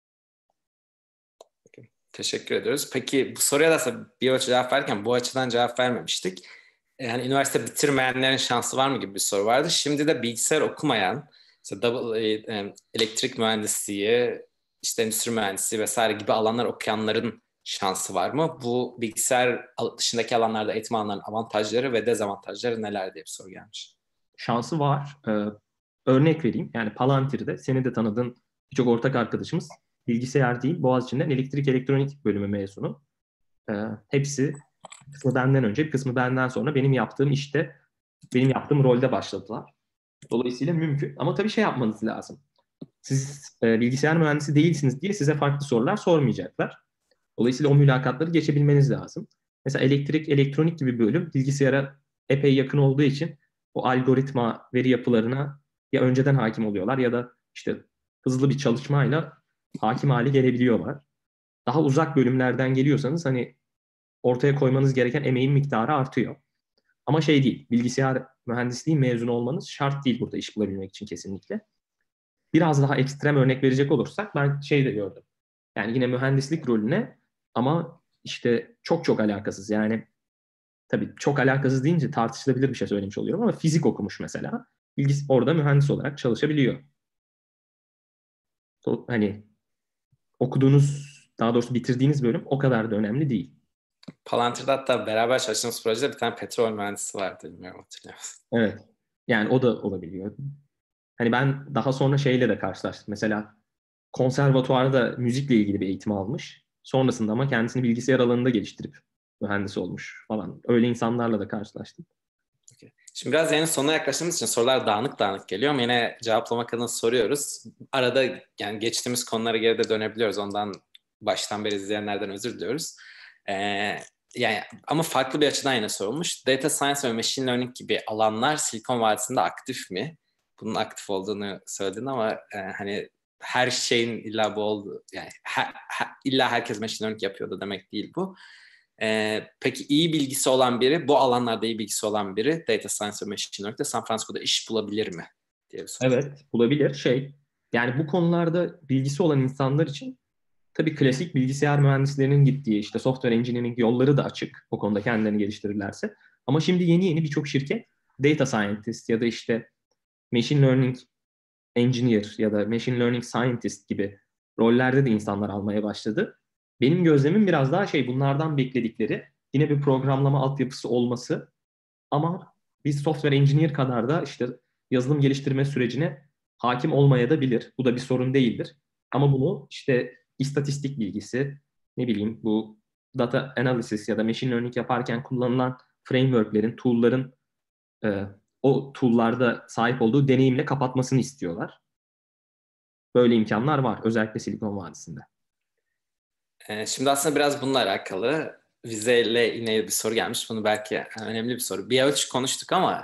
Teşekkür ediyoruz. Peki bu soruya da bir açı cevap verirken bu açıdan cevap vermemiştik. Yani üniversite bitirmeyenlerin şansı var mı gibi bir soru vardı. Şimdi de bilgisayar okumayan, işte elektrik mühendisliği, işte endüstri mühendisliği vesaire gibi alanlar okuyanların şansı var mı? Bu bilgisayar dışındaki alanlarda eğitim alanlarının avantajları ve dezavantajları neler diye bir soru gelmiş. Şansı var. Örnek vereyim. Yani Palantir'de senin de tanıdığın birçok ortak arkadaşımız bilgisayar değil, Boğaziçi'nden elektrik elektronik bölümü mezunu. Hepsi kısmı benden önce, bir kısmı benden sonra benim yaptığım işte, benim yaptığım rolde başladılar. Dolayısıyla mümkün. Ama tabii şey yapmanız lazım. Siz bilgisayar mühendisi değilsiniz diye size farklı sorular sormayacaklar. Dolayısıyla o mülakatları geçebilmeniz lazım. Mesela elektrik, elektronik gibi bir bölüm bilgisayara epey yakın olduğu için o algoritma veri yapılarına ya önceden hakim oluyorlar ya da işte hızlı bir çalışmayla hakim hale gelebiliyorlar. Daha uzak bölümlerden geliyorsanız hani ortaya koymanız gereken emeğin miktarı artıyor. Ama şey değil, bilgisayar mühendisliği mezunu olmanız şart değil burada iş bulabilmek için kesinlikle. Biraz daha ekstrem örnek verecek olursak ben şey de gördüm. Yani yine mühendislik rolüne ama işte çok çok alakasız. Yani tabii çok alakasız deyince tartışılabilir bir şey söylemiş oluyorum ama fizik okumuş mesela. Orada mühendis olarak çalışabiliyor. Hani okuduğunuz, daha doğrusu bitirdiğiniz bölüm o kadar da önemli değil. Palantir'de hatta beraber çalıştığımız projede bir tane petrol mühendisi vardı. Bilmiyorum, hatırlıyor musun? Evet. Yani o da olabiliyor. Hani ben daha sonra şeyle de karşılaştım. Mesela konservatuvarda müzikle ilgili bir eğitim almış. Sonrasında ama kendisini bilgisayar alanında geliştirip mühendis olmuş falan. Öyle insanlarla da karşılaştım. Okay. Şimdi biraz yeni sonuna yaklaştığımız için sorular dağınık dağınık geliyor ama yine cevaplamak adına soruyoruz. Arada yani geçtiğimiz konulara geri de dönebiliyoruz. Ondan baştan beri izleyenlerden özür diliyoruz. Yani ama farklı bir açıdan yine sorulmuş. Data Science ve Machine Learning gibi alanlar Silikon Vadisi'nde aktif mi? Bunun aktif olduğunu söyledin ama hani her şeyin illa bu oldu. Yani illa herkes Machine Learning yapıyor da demek değil bu. Peki iyi bilgisi olan biri, bu alanlarda iyi bilgisi olan biri Data Science ve Machine Learning'de San Francisco'da iş bulabilir mi diye bir soru. Evet, bulabilir. Yani bu konularda bilgisi olan insanlar için tabii klasik bilgisayar mühendislerinin gittiği işte software engineering yolları da açık. O konuda kendilerini geliştirirlerse. Ama şimdi yeni yeni birçok şirket data scientist ya da işte machine learning engineer ya da machine learning scientist gibi rollerde de insanlar almaya başladı. Benim gözlemim biraz daha bunlardan bekledikleri yine bir programlama altyapısı olması ama bir software engineer kadar da işte yazılım geliştirme sürecine hakim olmaya da bilir. Bu da bir sorun değildir. Ama bunu işte istatistik bilgisi, ne bileyim bu data analysis ya da machine learning yaparken kullanılan frameworklerin, tool'ların o tool'larda sahip olduğu deneyimle kapatmasını istiyorlar. Böyle imkanlar var. Özellikle Silikon Vadisi'nde. Şimdi aslında biraz bununla alakalı vizeyle yine bir soru gelmiş. Bunu belki önemli bir soru. Bir ölçü konuştuk ama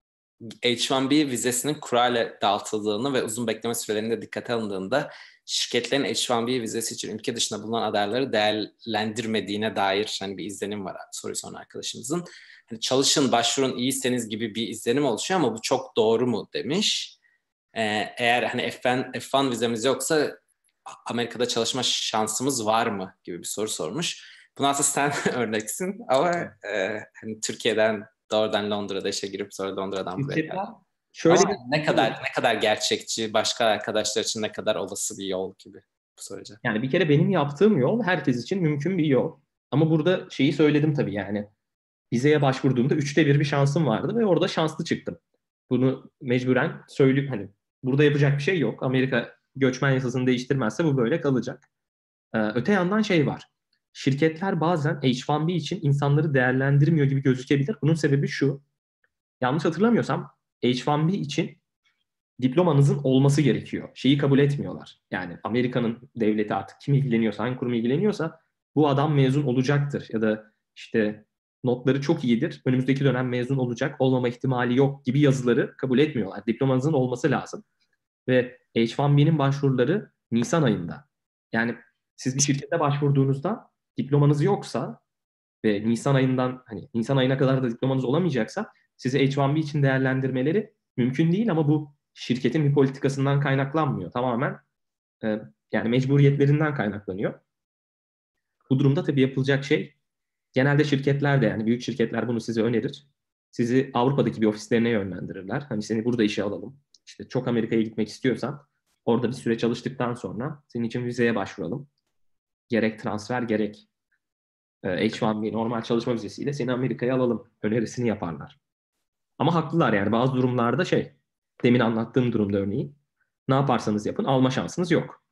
H-1B vizesinin kurayla dağıtıldığını ve uzun bekleme sürelerinde dikkate alındığında şirketlerin H-1B vizesi için ülke dışında bulunan adayları değerlendirmediğine dair hani bir izlenim var soruyu soran arkadaşımızın. Hani çalışın, başvurun, iyiseniz gibi bir izlenim oluşuyor ama bu çok doğru mu demiş. Eğer hani F1 vizemiz yoksa Amerika'da çalışma şansımız var mı gibi bir soru sormuş. Buna aslında sen örneksin ama hani Türkiye'den doğrudan Londra'da işe girip sonra Londra'dan buraya Şirketler geldim. şöyle Ama bir ne kadar gerçekçi, başka arkadaşlar için ne kadar olası bir yol gibi bu soracağım. yani bir kere benim yaptığım yol herkes için mümkün bir yol. Ama burada şeyi söyledim tabii yani. Vizeye başvurduğumda 1/3 bir şansım vardı ve orada şanslı çıktım. Bunu mecburen söyleyip hani burada yapacak bir şey yok. Amerika göçmen yasasını değiştirmezse bu böyle kalacak. Öte yandan şey var. Şirketler bazen H-1B için insanları değerlendirmiyor gibi gözükebilir. Bunun sebebi şu. Yanlış hatırlamıyorsam H-1B için diplomanızın olması gerekiyor. Şeyi kabul etmiyorlar. Yani Amerika'nın devleti artık kim ilgileniyorsa, hangi kurum ilgileniyorsa bu adam mezun olacaktır. Ya da işte notları çok iyidir. Önümüzdeki dönem mezun olacak, olmama ihtimali yok gibi yazıları kabul etmiyorlar. Diplomanızın olması lazım. Ve H-1B'nin başvuruları Nisan ayında. Yani siz bir şirkete başvurduğunuzda diplomanız yoksa ve Nisan ayından hani Nisan ayına kadar da diplomanız olamayacaksa sizi H-1B için değerlendirmeleri mümkün değil ama bu şirketin bir politikasından kaynaklanmıyor. Tamamen yani mecburiyetlerinden kaynaklanıyor. Bu durumda tabii yapılacak şey genelde şirketler de yani büyük şirketler bunu size önerir. Sizi Avrupa'daki bir ofislerine yönlendirirler. Hani seni burada işe alalım. İşte çok Amerika'ya gitmek istiyorsan orada bir süre çalıştıktan sonra senin için vizeye başvuralım. Gerek transfer gerek H-1B normal çalışma vizesiyle seni Amerika'ya alalım önerisini yaparlar. Ama haklılar yani bazı durumlarda demin anlattığım durumda örneğin ne yaparsanız yapın alma şansınız yok.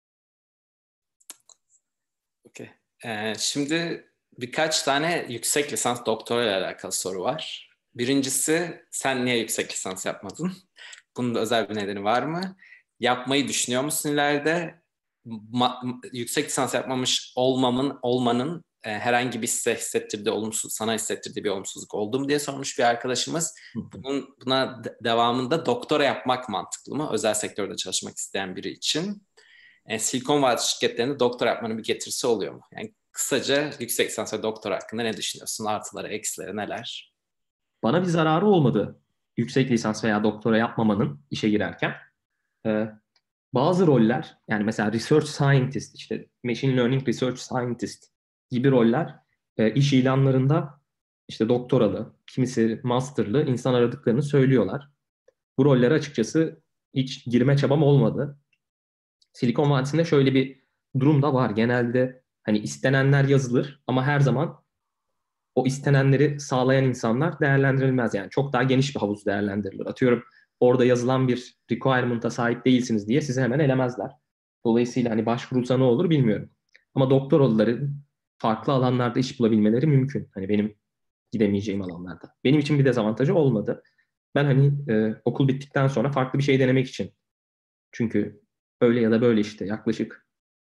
Okay. Şimdi birkaç tane yüksek lisans doktora ile alakalı soru var. Birincisi sen niye yüksek lisans yapmadın? Bunun da özel bir nedeni var mı? Yapmayı düşünüyor musun ileride? Yüksek lisans yapmamış olmanın herhangi bir sana hissettirdiği bir olumsuzluk oldu mu diye sormuş bir arkadaşımız. Buna devamında doktora yapmak mantıklı mı? Özel sektörde çalışmak isteyen biri için. Silikon Vadisi şirketlerinde doktora yapmanın bir getirisi oluyor mu? Yani kısaca yüksek lisans ve doktora hakkında ne düşünüyorsun? Artıları, eksileri neler? Bana bir zararı olmadı yüksek lisans veya doktora yapmamanın işe girerken. Bazı roller yani mesela research scientist işte machine learning research scientist gibi roller iş ilanlarında işte doktoralı, kimisi masterlı insan aradıklarını söylüyorlar. Bu rollere açıkçası hiç girme çabam olmadı. Silikon Vadisi'nde şöyle bir durum da var. Genelde hani istenenler yazılır ama her zaman o istenenleri sağlayan insanlar değerlendirilmez. Yani çok daha geniş bir havuz değerlendirilir. Atıyorum orada yazılan bir requirement'a sahip değilsiniz diye sizi hemen elemezler. Dolayısıyla hani başvurulsa ne olur bilmiyorum. Ama doktoralıların farklı alanlarda iş bulabilmeleri mümkün. Hani benim gidemeyeceğim alanlarda. Benim için bir dezavantajı olmadı. Ben hani okul bittikten sonra farklı bir şey denemek için. Çünkü öyle ya da böyle işte yaklaşık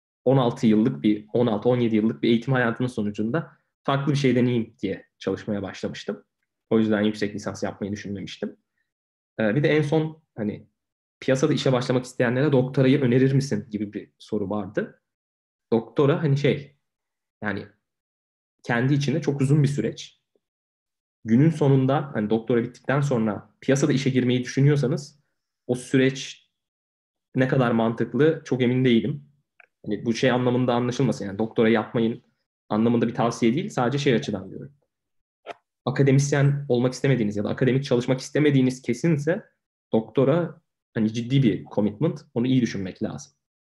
16-17 yıllık bir eğitim hayatının sonucunda farklı bir şey deneyeyim diye çalışmaya başlamıştım. O yüzden yüksek lisans yapmayı düşünmemiştim. Bir de en son hani piyasada işe başlamak isteyenlere doktorayı önerir misin gibi bir soru vardı. Doktora hani yani kendi içinde çok uzun bir süreç. Günün sonunda hani doktora bittikten sonra piyasada işe girmeyi düşünüyorsanız o süreç ne kadar mantıklı çok emin değilim. Hani bu şey anlamında anlaşılmasın yani doktora yapmayın anlamında bir tavsiye değil sadece açıdan diyorum. Akademisyen olmak istemediğiniz ya da akademik çalışmak istemediğiniz kesinse doktora hani ciddi bir commitment. Onu iyi düşünmek lazım.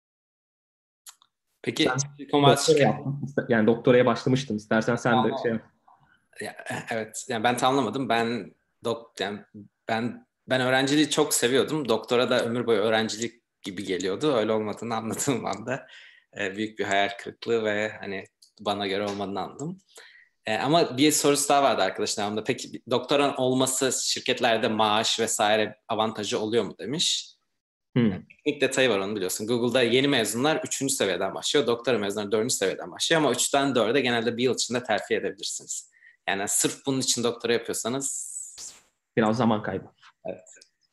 Peki Sen Silikon Vadisi doktora şirket... yaptın. Yani doktoraya başlamıştın. İstersen sen de yap. Evet, yani ben tamamlamadım. Yani ben öğrenciliği çok seviyordum. Doktora da ömür boyu öğrencilik gibi geliyordu. Öyle olmadığını anladığım anda büyük bir hayal kırıklığı ve hani bana göre olmadığını anladım. Ama bir sorusu daha vardı arkadaşlarımda. Peki doktoran olması şirketlerde maaş vesaire avantajı oluyor mu demiş. Teknik detayı var, onu biliyorsun. Google'da yeni mezunlar 3. seviyeden başlıyor. Doktora mezunları 4. seviyeden başlıyor ama 3'ten 4'e genelde bir yıl içinde terfi edebilirsiniz. Yani sırf bunun için doktora yapıyorsanız Biraz zaman kaybı. Evet.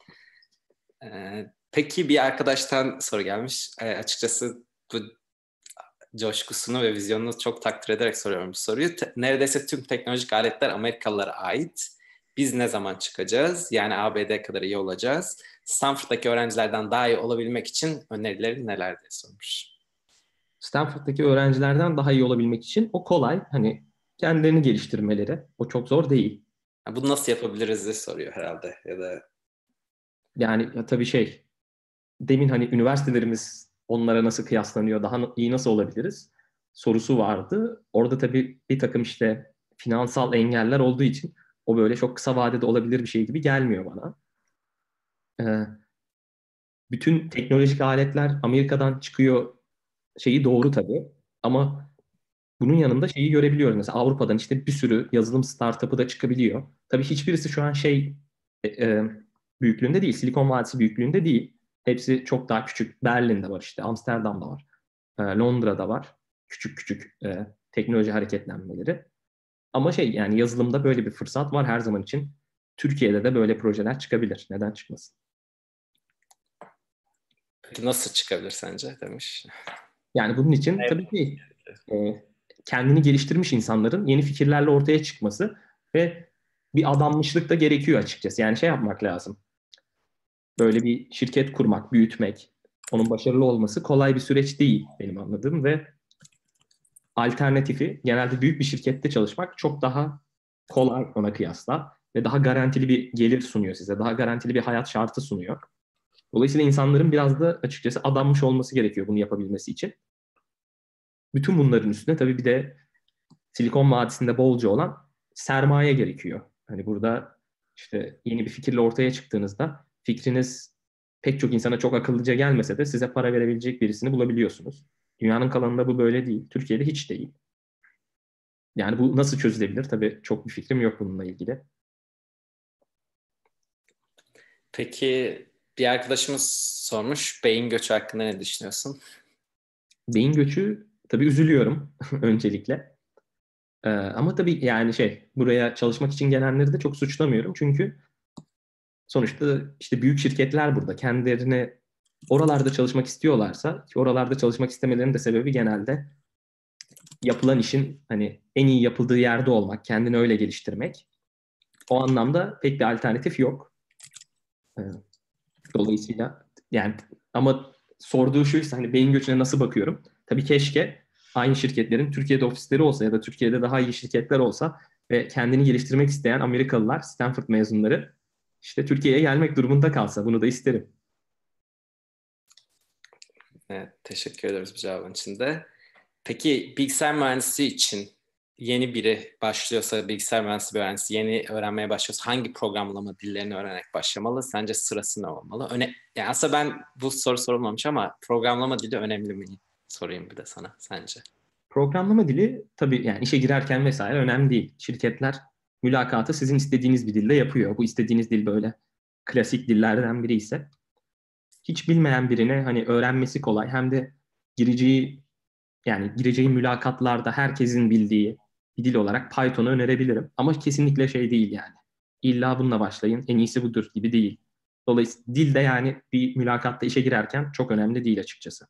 Peki bir arkadaştan soru gelmiş. Açıkçası bu coşkusunu ve vizyonunu çok takdir ederek soruyorum bu soruyu. Neredeyse tüm teknolojik aletler Amerikalılara ait. Biz ne zaman çıkacağız? Yani ABD kadar iyi olacağız. Stanford'daki öğrencilerden daha iyi olabilmek için önerileri neler diye sormuş. Stanford'daki öğrencilerden daha iyi olabilmek için o kolay. Hani kendilerini geliştirmeleri. O çok zor değil. Bunu nasıl yapabiliriz diye soruyor herhalde. Ya da Yani ya tabii demin hani üniversitelerimiz onlara nasıl kıyaslanıyor, daha iyi nasıl olabiliriz sorusu vardı. Orada tabii bir takım işte finansal engeller olduğu için o böyle çok kısa vadede olabilir bir şey gibi gelmiyor bana. Ee, Bütün teknolojik aletler Amerika'dan çıkıyor şeyi doğru tabii. Ama bunun yanında şeyi görebiliyoruz. Mesela Avrupa'dan işte bir sürü yazılım startup'ı da çıkabiliyor. Tabii hiçbirisi şu an e, e, büyüklüğünde değil. Silikon Vadisi büyüklüğünde değil. Hepsi çok daha küçük. Berlin'de var işte, Amsterdam'da var. Londra'da var. Küçük küçük teknoloji hareketlenmeleri. Ama yani yazılımda böyle bir fırsat var her zaman için. Türkiye'de de böyle projeler çıkabilir. Neden çıkmasın? peki nasıl çıkabilir sence demiş. Yani bunun için tabii ki kendini geliştirmiş insanların yeni fikirlerle ortaya çıkması ve bir adanmışlık da gerekiyor açıkçası. Yani şey yapmak lazım. Böyle bir şirket kurmak, büyütmek, onun başarılı olması kolay bir süreç değil benim anladığım ve alternatifi genelde büyük bir şirkette çalışmak çok daha kolay ona kıyasla ve daha garantili bir gelir sunuyor size. Daha garantili bir hayat şartı sunuyor. Dolayısıyla insanların biraz da açıkçası adanmış olması gerekiyor bunu yapabilmesi için. Bütün bunların üstüne tabii bir de Silikon Vadisi'nde bolca olan sermaye gerekiyor. Hani burada işte yeni bir fikirle ortaya çıktığınızda fikriniz pek çok insana çok akıllıca gelmese de size para verebilecek birisini bulabiliyorsunuz. Dünyanın kalanında bu böyle değil. Türkiye'de hiç değil. Yani bu nasıl çözülebilir? Tabii çok bir fikrim yok bununla ilgili. Peki bir arkadaşımız sormuş, beyin göçü hakkında ne düşünüyorsun? Beyin göçü tabii üzülüyorum öncelikle. Ama tabii yani buraya çalışmak için gelenleri de çok suçlamıyorum. Çünkü sonuçta işte büyük şirketler burada. Kendilerini oralarda çalışmak istiyorlarsa, ki oralarda çalışmak istemelerinin de sebebi genelde yapılan işin hani en iyi yapıldığı yerde olmak, kendini öyle geliştirmek. O anlamda pek bir alternatif yok. Ee, Dolayısıyla yani ama sorduğu şuysa hani beyin göçüne nasıl bakıyorum? Tabii keşke aynı şirketlerin Türkiye'de ofisleri olsa ya da Türkiye'de daha iyi şirketler olsa ve kendini geliştirmek isteyen Amerikalılar, Stanford mezunları işte Türkiye'ye gelmek durumunda kalsa. Bunu da isterim. Evet, teşekkür ederiz bu cevabın için de. Peki bilgisayar mühendisi için yeni biri başlıyorsa, bilgisayar mühendisi bir öğrencisi yeni öğrenmeye başlıyorsa hangi programlama dillerini öğrenerek başlamalı? Sence sırası ne olmalı? Yani aslında ben bu soru sorulmamış ama programlama dili önemli mi? Sorayım bir de sana sence. Programlama dili tabii yani işe girerken vesaire önemli değil. Şirketler mülakatı sizin istediğiniz bir dilde yapıyor. Bu istediğiniz dil böyle klasik dillerden biri ise hiç bilmeyen birine hani öğrenmesi kolay hem de gireceği gireceği mülakatlarda herkesin bildiği bir dil olarak Python'u önerebilirim. Ama kesinlikle değil yani. İlla bununla başlayın, en iyisi budur gibi değil. Dolayısıyla dil de yani bir mülakatta işe girerken çok önemli değil açıkçası.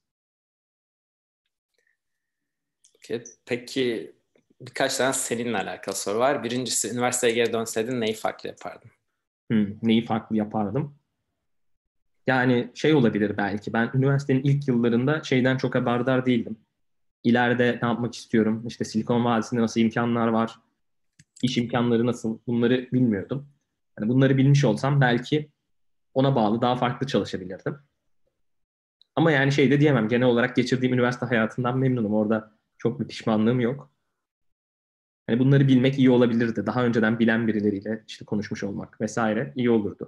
Peki birkaç tane seninle alakalı soru var. Birincisi, üniversiteye geri dönseydin neyi farklı yapardın? Neyi farklı yapardım? Yani olabilir belki. Ben üniversitenin ilk yıllarında şeyden çok haberdar değildim. İleride ne yapmak istiyorum? İşte Silikon Vadisi'nde nasıl imkanlar var? İş imkanları nasıl? Bunları bilmiyordum. Yani bunları bilmiş olsam belki ona bağlı daha farklı çalışabilirdim. Ama yani de diyemem. Genel olarak geçirdiğim üniversite hayatından memnunum. Orada çok bir pişmanlığım yok. Yani bunları bilmek iyi olabilirdi. Daha önceden bilen birileriyle işte konuşmuş olmak vesaire iyi olurdu.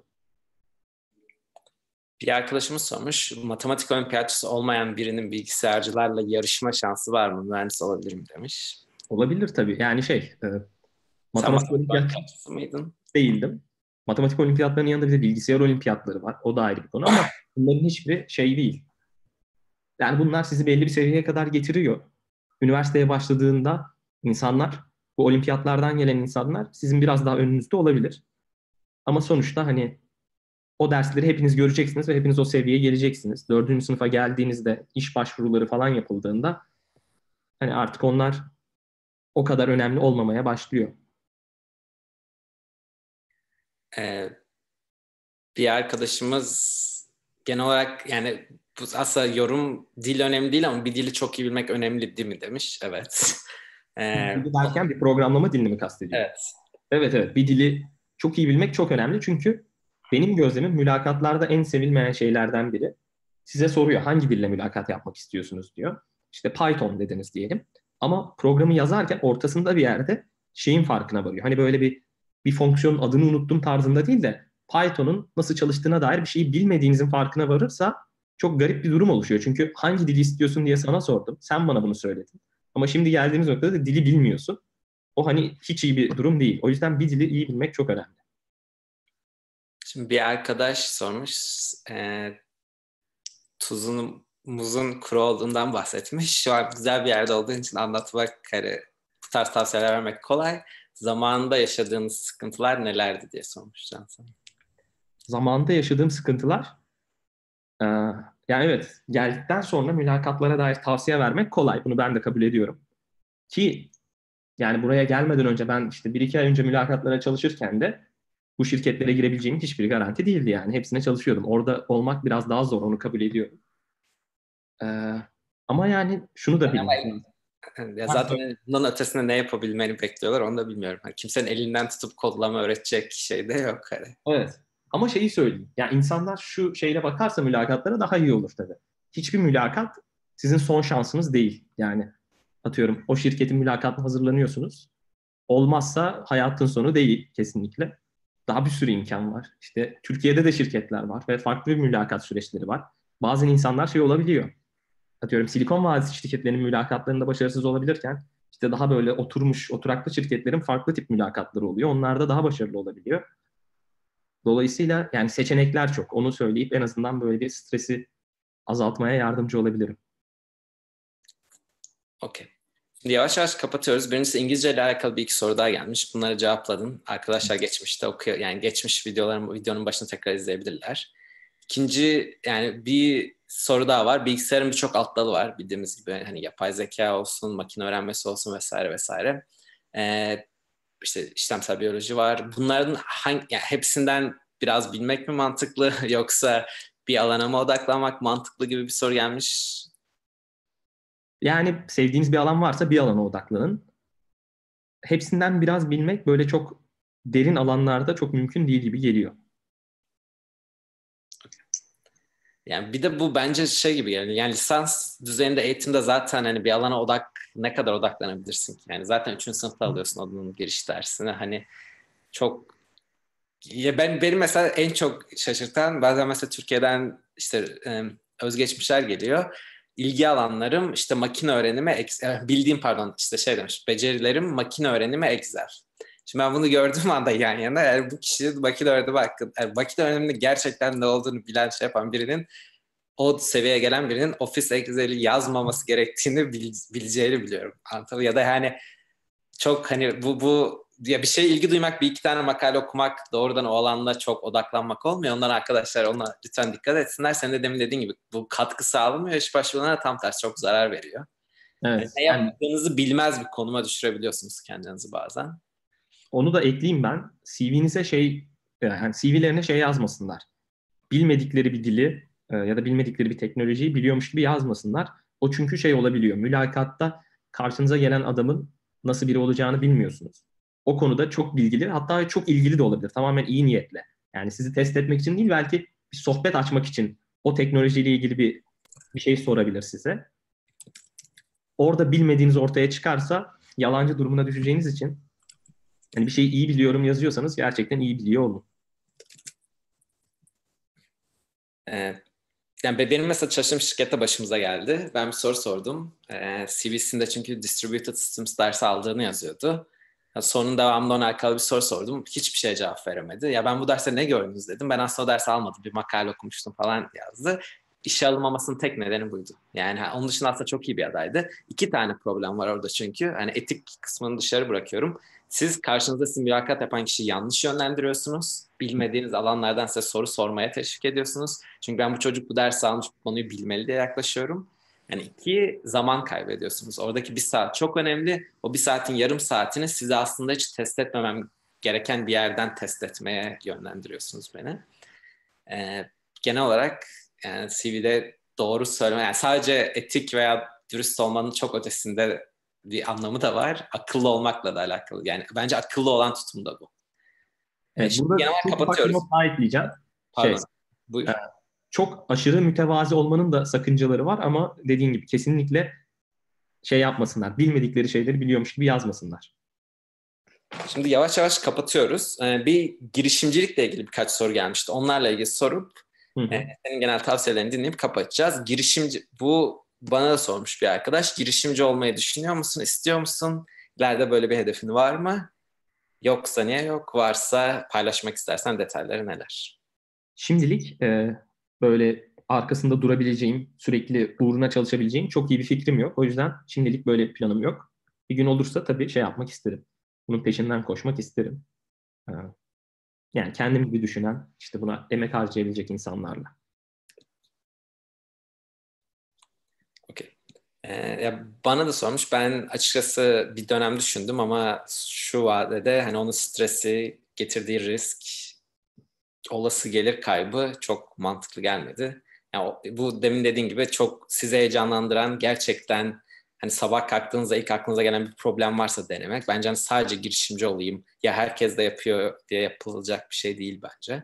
Bir arkadaşımız sormuş, matematik olimpiyatçısı olmayan birinin bilgisayarcılarla yarışma şansı var mı? Mühendis olabilir mi demiş. Olabilir tabii. Yani Sen matematik matematik olimpiyat olimpiyatçısı mıydın? değildim. Matematik olimpiyatlarının yanında bir de bilgisayar olimpiyatları var. O da ayrı bir konu ama bunların hiçbiri şey değil. Yani bunlar sizi belli bir seviyeye kadar getiriyor. Üniversiteye başladığında insanlar, bu olimpiyatlardan gelen insanlar sizin biraz daha önünüzde olabilir. Ama sonuçta hani o dersleri hepiniz göreceksiniz ve hepiniz o seviyeye geleceksiniz. Dördüncü sınıfa geldiğinizde iş başvuruları falan yapıldığında hani artık onlar o kadar önemli olmamaya başlıyor. Ee, Bir arkadaşımız genel olarak yani bu aslında yorum dil önemli değil ama bir dili çok iyi bilmek önemli değil mi demiş. Evet. Bir dili derken bir programlama dilini mi kastediyor? Evet. Evet, evet, bir dili çok iyi bilmek çok önemli çünkü benim gözlemim mülakatlarda en sevilmeyen şeylerden biri. Size soruyor hangi dille mülakat yapmak istiyorsunuz diyor. İşte Python dediniz diyelim. Ama programı yazarken ortasında bir yerde şeyin farkına varıyor. Hani böyle bir fonksiyonun adını unuttum tarzında değil de Python'un nasıl çalıştığına dair bir şeyi bilmediğinizin farkına varırsa çok garip bir durum oluşuyor. Çünkü hangi dili istiyorsun diye sana sordum. Sen bana bunu söyledin. Ama şimdi geldiğimiz noktada da dili bilmiyorsun. O hani hiç iyi bir durum değil. O yüzden bir dili iyi bilmek çok önemli. Şimdi bir arkadaş sormuş. Tuzun muzun kuru olduğundan bahsetmiş. Şu an güzel bir yerde olduğun için anlatmak hani bu tarz tavsiyeler vermek kolay. Zamanında yaşadığınız sıkıntılar nelerdi diye sormuş Can sana. Zamanında yaşadığım sıkıntılar, e, yani evet, geldikten sonra mülakatlara dair tavsiye vermek kolay. Bunu ben de kabul ediyorum. Ki yani buraya gelmeden önce ben işte bir iki ay önce mülakatlara çalışırken de bu şirketlere girebileceğim hiçbir garanti değildi yani. Hepsine çalışıyordum. Orada olmak biraz daha zor, onu kabul ediyorum. E, Ama yani şunu da Ama bilmek lazım. ya zaten bunun ötesinde ne yapabilmeni bekliyorlar onu da bilmiyorum. Hani kimsenin elinden tutup kodlama öğretecek şey de yok hani. Evet. Ama şeyi söyleyeyim. Yani insanlar şu şeyle bakarsa mülakatlara daha iyi olur tabii. Hiçbir mülakat sizin son şansınız değil. Yani atıyorum o şirketin mülakatına hazırlanıyorsunuz. Olmazsa hayatın sonu değil kesinlikle. Daha bir sürü imkan var. İşte Türkiye'de de şirketler var ve farklı bir mülakat süreçleri var. Bazen insanlar şey olabiliyor. Atıyorum Silikon Vadisi şirketlerinin mülakatlarında başarısız olabilirken işte daha böyle oturmuş, oturaklı şirketlerin farklı tip mülakatları oluyor. Onlarda daha başarılı olabiliyor. Dolayısıyla yani seçenekler çok. Onu söyleyip en azından böyle bir stresi azaltmaya yardımcı olabilirim. Okey. Şimdi yavaş yavaş kapatıyoruz. Birincisi İngilizce ile alakalı bir iki soru daha gelmiş. Bunları cevapladın. Arkadaşlar geçmişte okuyor. Yani geçmiş videonun başını tekrar izleyebilirler. İkinci yani bir soru daha var. Bilgisayarın birçok alt dalı var bildiğimiz gibi. Hani yapay zeka olsun, makine öğrenmesi olsun vesaire vesaire. Ee, işte işlemsel biyoloji var. Bunların yani hepsinden biraz bilmek mi mantıklı yoksa bir alana mı odaklanmak mantıklı gibi bir soru gelmiş. Yani sevdiğiniz bir alan varsa bir alana odaklanın. Hepsinden biraz bilmek böyle çok derin alanlarda çok mümkün değil gibi geliyor. Yani bir de bu bence şey gibi yani lisans düzeyinde eğitimde zaten hani bir alana ne kadar odaklanabilirsin ki? Yani zaten 3. sınıfta alıyorsun onun giriş dersini. Hani çok ya benim mesela en çok şaşırtan bazen mesela Türkiye'den işte özgeçmişler geliyor. İlgi alanlarım işte makine öğrenimi bildiğim pardon işte şey demiş becerilerim makine öğrenimi Excel. Şimdi ben bunu gördüğüm anda yan yana yani bu kişi makine öğrenimi hakkında yani makine öğreniminin gerçekten ne olduğunu bilen şey yapan birinin o seviyeye gelen birinin Office Excel'i yazmaması gerektiğini bileceğini biliyorum. Anlatabiliyor? Ya da yani çok hani bu ya bir şey ilgi duymak, bir iki tane makale okumak, doğrudan o alanda çok odaklanmak olmuyor. Onlar arkadaşlar ona lütfen dikkat etsinler. Sen de demin dediğin gibi bu katkı sağlamıyor. İş başvurularına tam tersi çok zarar veriyor. Yani Evet. ne Yani yaptığınızı bilmez bir konuma düşürebiliyorsunuz kendinizi bazen. onu da ekleyeyim ben. CV'nize yani CV'lerine şey yazmasınlar. Bilmedikleri bir dili ya da bilmedikleri bir teknolojiyi biliyormuş gibi yazmasınlar. O çünkü şey olabiliyor. Mülakatta karşınıza gelen adamın nasıl biri olacağını bilmiyorsunuz. O konuda çok bilgili, hatta çok ilgili de olabilir. Tamamen iyi niyetle. Yani sizi test etmek için değil, belki bir sohbet açmak için o teknolojiyle ilgili bir şey sorabilir size. Orada bilmediğiniz ortaya çıkarsa yalancı durumuna düşeceğiniz için yani bir şeyi iyi biliyorum yazıyorsanız gerçekten iyi biliyor olun. Ee, Yani benim mesela çalıştığım şirkette başımıza geldi. Ben bir soru sordum. CV'sinde çünkü Distributed Systems dersi aldığını yazıyordu. Sorunun devamında ona alakalı bir soru sordum. Hiçbir şeye cevap veremedi. Ya ben bu derste ne gördünüz dedim. Ben aslında o dersi almadım. Bir makale okumuştum falan yazdı. İşe alınmamasının tek nedeni buydu. Yani onun dışında aslında çok iyi bir adaydı. 2 tane problem var orada çünkü. Hani etik kısmını dışarı bırakıyorum. Siz karşınızda sizi mülakat yapan kişiyi yanlış yönlendiriyorsunuz. Bilmediğiniz alanlardan size soru sormaya teşvik ediyorsunuz. Çünkü ben bu çocuk bu dersi almış, bu konuyu bilmeli diye yaklaşıyorum. Yani 2, zaman kaybediyorsunuz. Oradaki 1 saat çok önemli. O 1 saatin yarım saatini size aslında hiç test etmemem gereken bir yerden test etmeye yönlendiriyorsunuz beni. Genel olarak yani CV'de doğru söyleme, yani sadece etik veya dürüst olmanın çok ötesinde bir anlamı da var. Akıllı olmakla da alakalı. Yani bence akıllı olan tutum da bu. Evet, Şimdi genel burada olarak çok ufak bir kapatıyoruz. not daha ekleyeceğim. Pardon. E, Buyur. Çok aşırı mütevazi olmanın da sakıncaları var ama dediğin gibi kesinlikle şey yapmasınlar. Bilmedikleri şeyleri biliyormuş gibi yazmasınlar. Şimdi yavaş yavaş kapatıyoruz. Bir girişimcilikle ilgili birkaç soru gelmişti. Onlarla ilgili sorup Hı hı. senin genel tavsiyelerini dinleyip kapatacağız. Bu bana da sormuş bir arkadaş. Girişimci olmayı düşünüyor musun? İstiyor musun? İleride böyle bir hedefin var mı? Yoksa niye yok? Varsa paylaşmak istersen detayları neler? Şimdilik böyle arkasında durabileceğim, sürekli uğruna çalışabileceğim çok iyi bir fikrim yok. O yüzden şimdilik böyle bir planım yok. Bir gün olursa tabii şey yapmak isterim. Bunun peşinden koşmak isterim. E, Yani kendim gibi düşünen, işte buna emek harcayabilecek insanlarla. Okey. Ya bana da sormuş. Ben açıkçası bir dönem düşündüm ama şu vadede hani onun stresi, getirdiği risk, olası gelir kaybı çok mantıklı gelmedi. Yani bu demin dediğin gibi çok sizi heyecanlandıran, gerçekten hani sabah kalktığınızda ilk aklınıza gelen bir problem varsa denemek. Bence hani sadece girişimci olayım ya herkes de yapıyor diye yapılacak bir şey değil bence.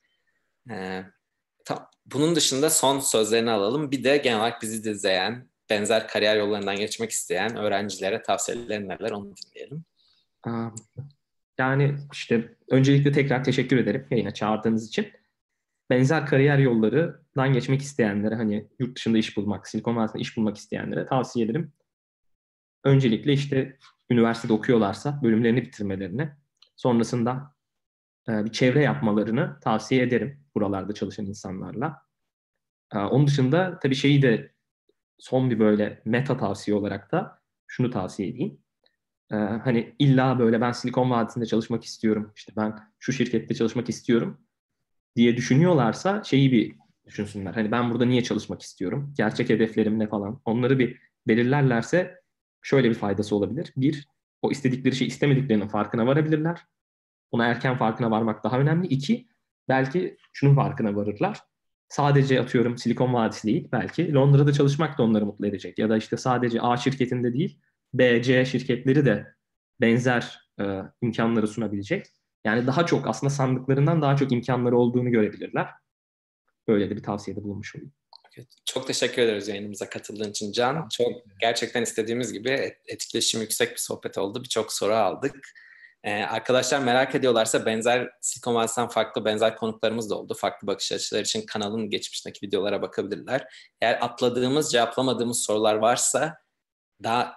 Ee, Bunun dışında son sözlerini alalım. Bir de genel olarak bizi de izleyen, benzer kariyer yollarından geçmek isteyen öğrencilere tavsiyeleri neler onu dinleyelim. Aa, Yani işte öncelikle tekrar teşekkür ederim yayına çağırdığınız için. Benzer kariyer yollarından geçmek isteyenlere, hani yurt dışında iş bulmak, Silikon Vadisi'nde iş bulmak isteyenlere tavsiye ederim. Öncelikle işte üniversitede okuyorlarsa bölümlerini bitirmelerini, sonrasında bir çevre yapmalarını tavsiye ederim buralarda çalışan insanlarla. Onun dışında tabii şeyi de son bir böyle meta tavsiye olarak da şunu tavsiye edeyim. Hani illa böyle ben Silikon Vadisi'nde çalışmak istiyorum, işte ben şu şirkette çalışmak istiyorum diye düşünüyorlarsa şeyi bir düşünsünler. Hani ben burada niye çalışmak istiyorum? Gerçek hedeflerim ne falan? Onları bir belirlerlerse şöyle bir faydası olabilir. Bir, o istedikleri şey istemediklerinin farkına varabilirler. Ona erken farkına varmak daha önemli. İki, belki şunun farkına varırlar. Sadece atıyorum Silikon Vadisi değil, belki Londra'da çalışmak da onları mutlu edecek. Ya da işte sadece A şirketinde değil, B, C şirketleri de benzer imkanları sunabilecek. Yani daha çok aslında sandıklarından daha çok imkanları olduğunu görebilirler. Böyle de bir tavsiyede bulunmuş olayım. Çok teşekkür ederiz yayınımıza katıldığın için Can. Çok gerçekten istediğimiz gibi etkileşim yüksek bir sohbet oldu. Birçok soru aldık. Arkadaşlar merak ediyorlarsa benzer Silikon Vadisi'nden farklı benzer konuklarımız da oldu. Farklı bakış açıları için kanalın geçmişteki videolara bakabilirler. Eğer atladığımız, cevaplamadığımız sorular varsa daha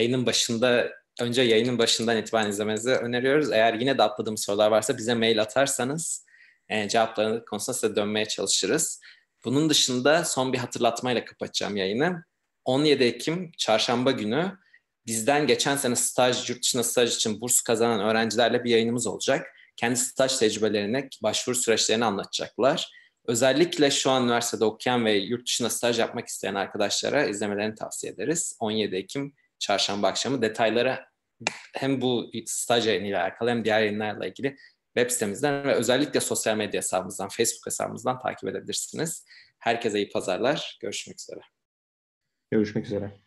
önce yayının başından itibaren izlemenizi öneriyoruz. Eğer yine de atladığımız sorular varsa bize mail atarsanız cevaplarını konusunda size dönmeye çalışırız. Bunun dışında son bir hatırlatmayla kapatacağım yayını. 17 Ekim çarşamba günü bizden geçen sene yurt dışında staj için burs kazanan öğrencilerle bir yayınımız olacak. Kendi staj tecrübelerini, başvuru süreçlerini anlatacaklar. Özellikle şu an üniversitede okuyan ve yurt dışında staj yapmak isteyen arkadaşlara izlemelerini tavsiye ederiz. 17 Ekim çarşamba akşamı detayları hem bu staj yayınıyla alakalı hem diğer yayınlarla ilgili web sitemizden ve özellikle sosyal medya hesabımızdan, Facebook hesabımızdan takip edebilirsiniz. Herkese iyi pazarlar. Görüşmek üzere. Görüşmek üzere.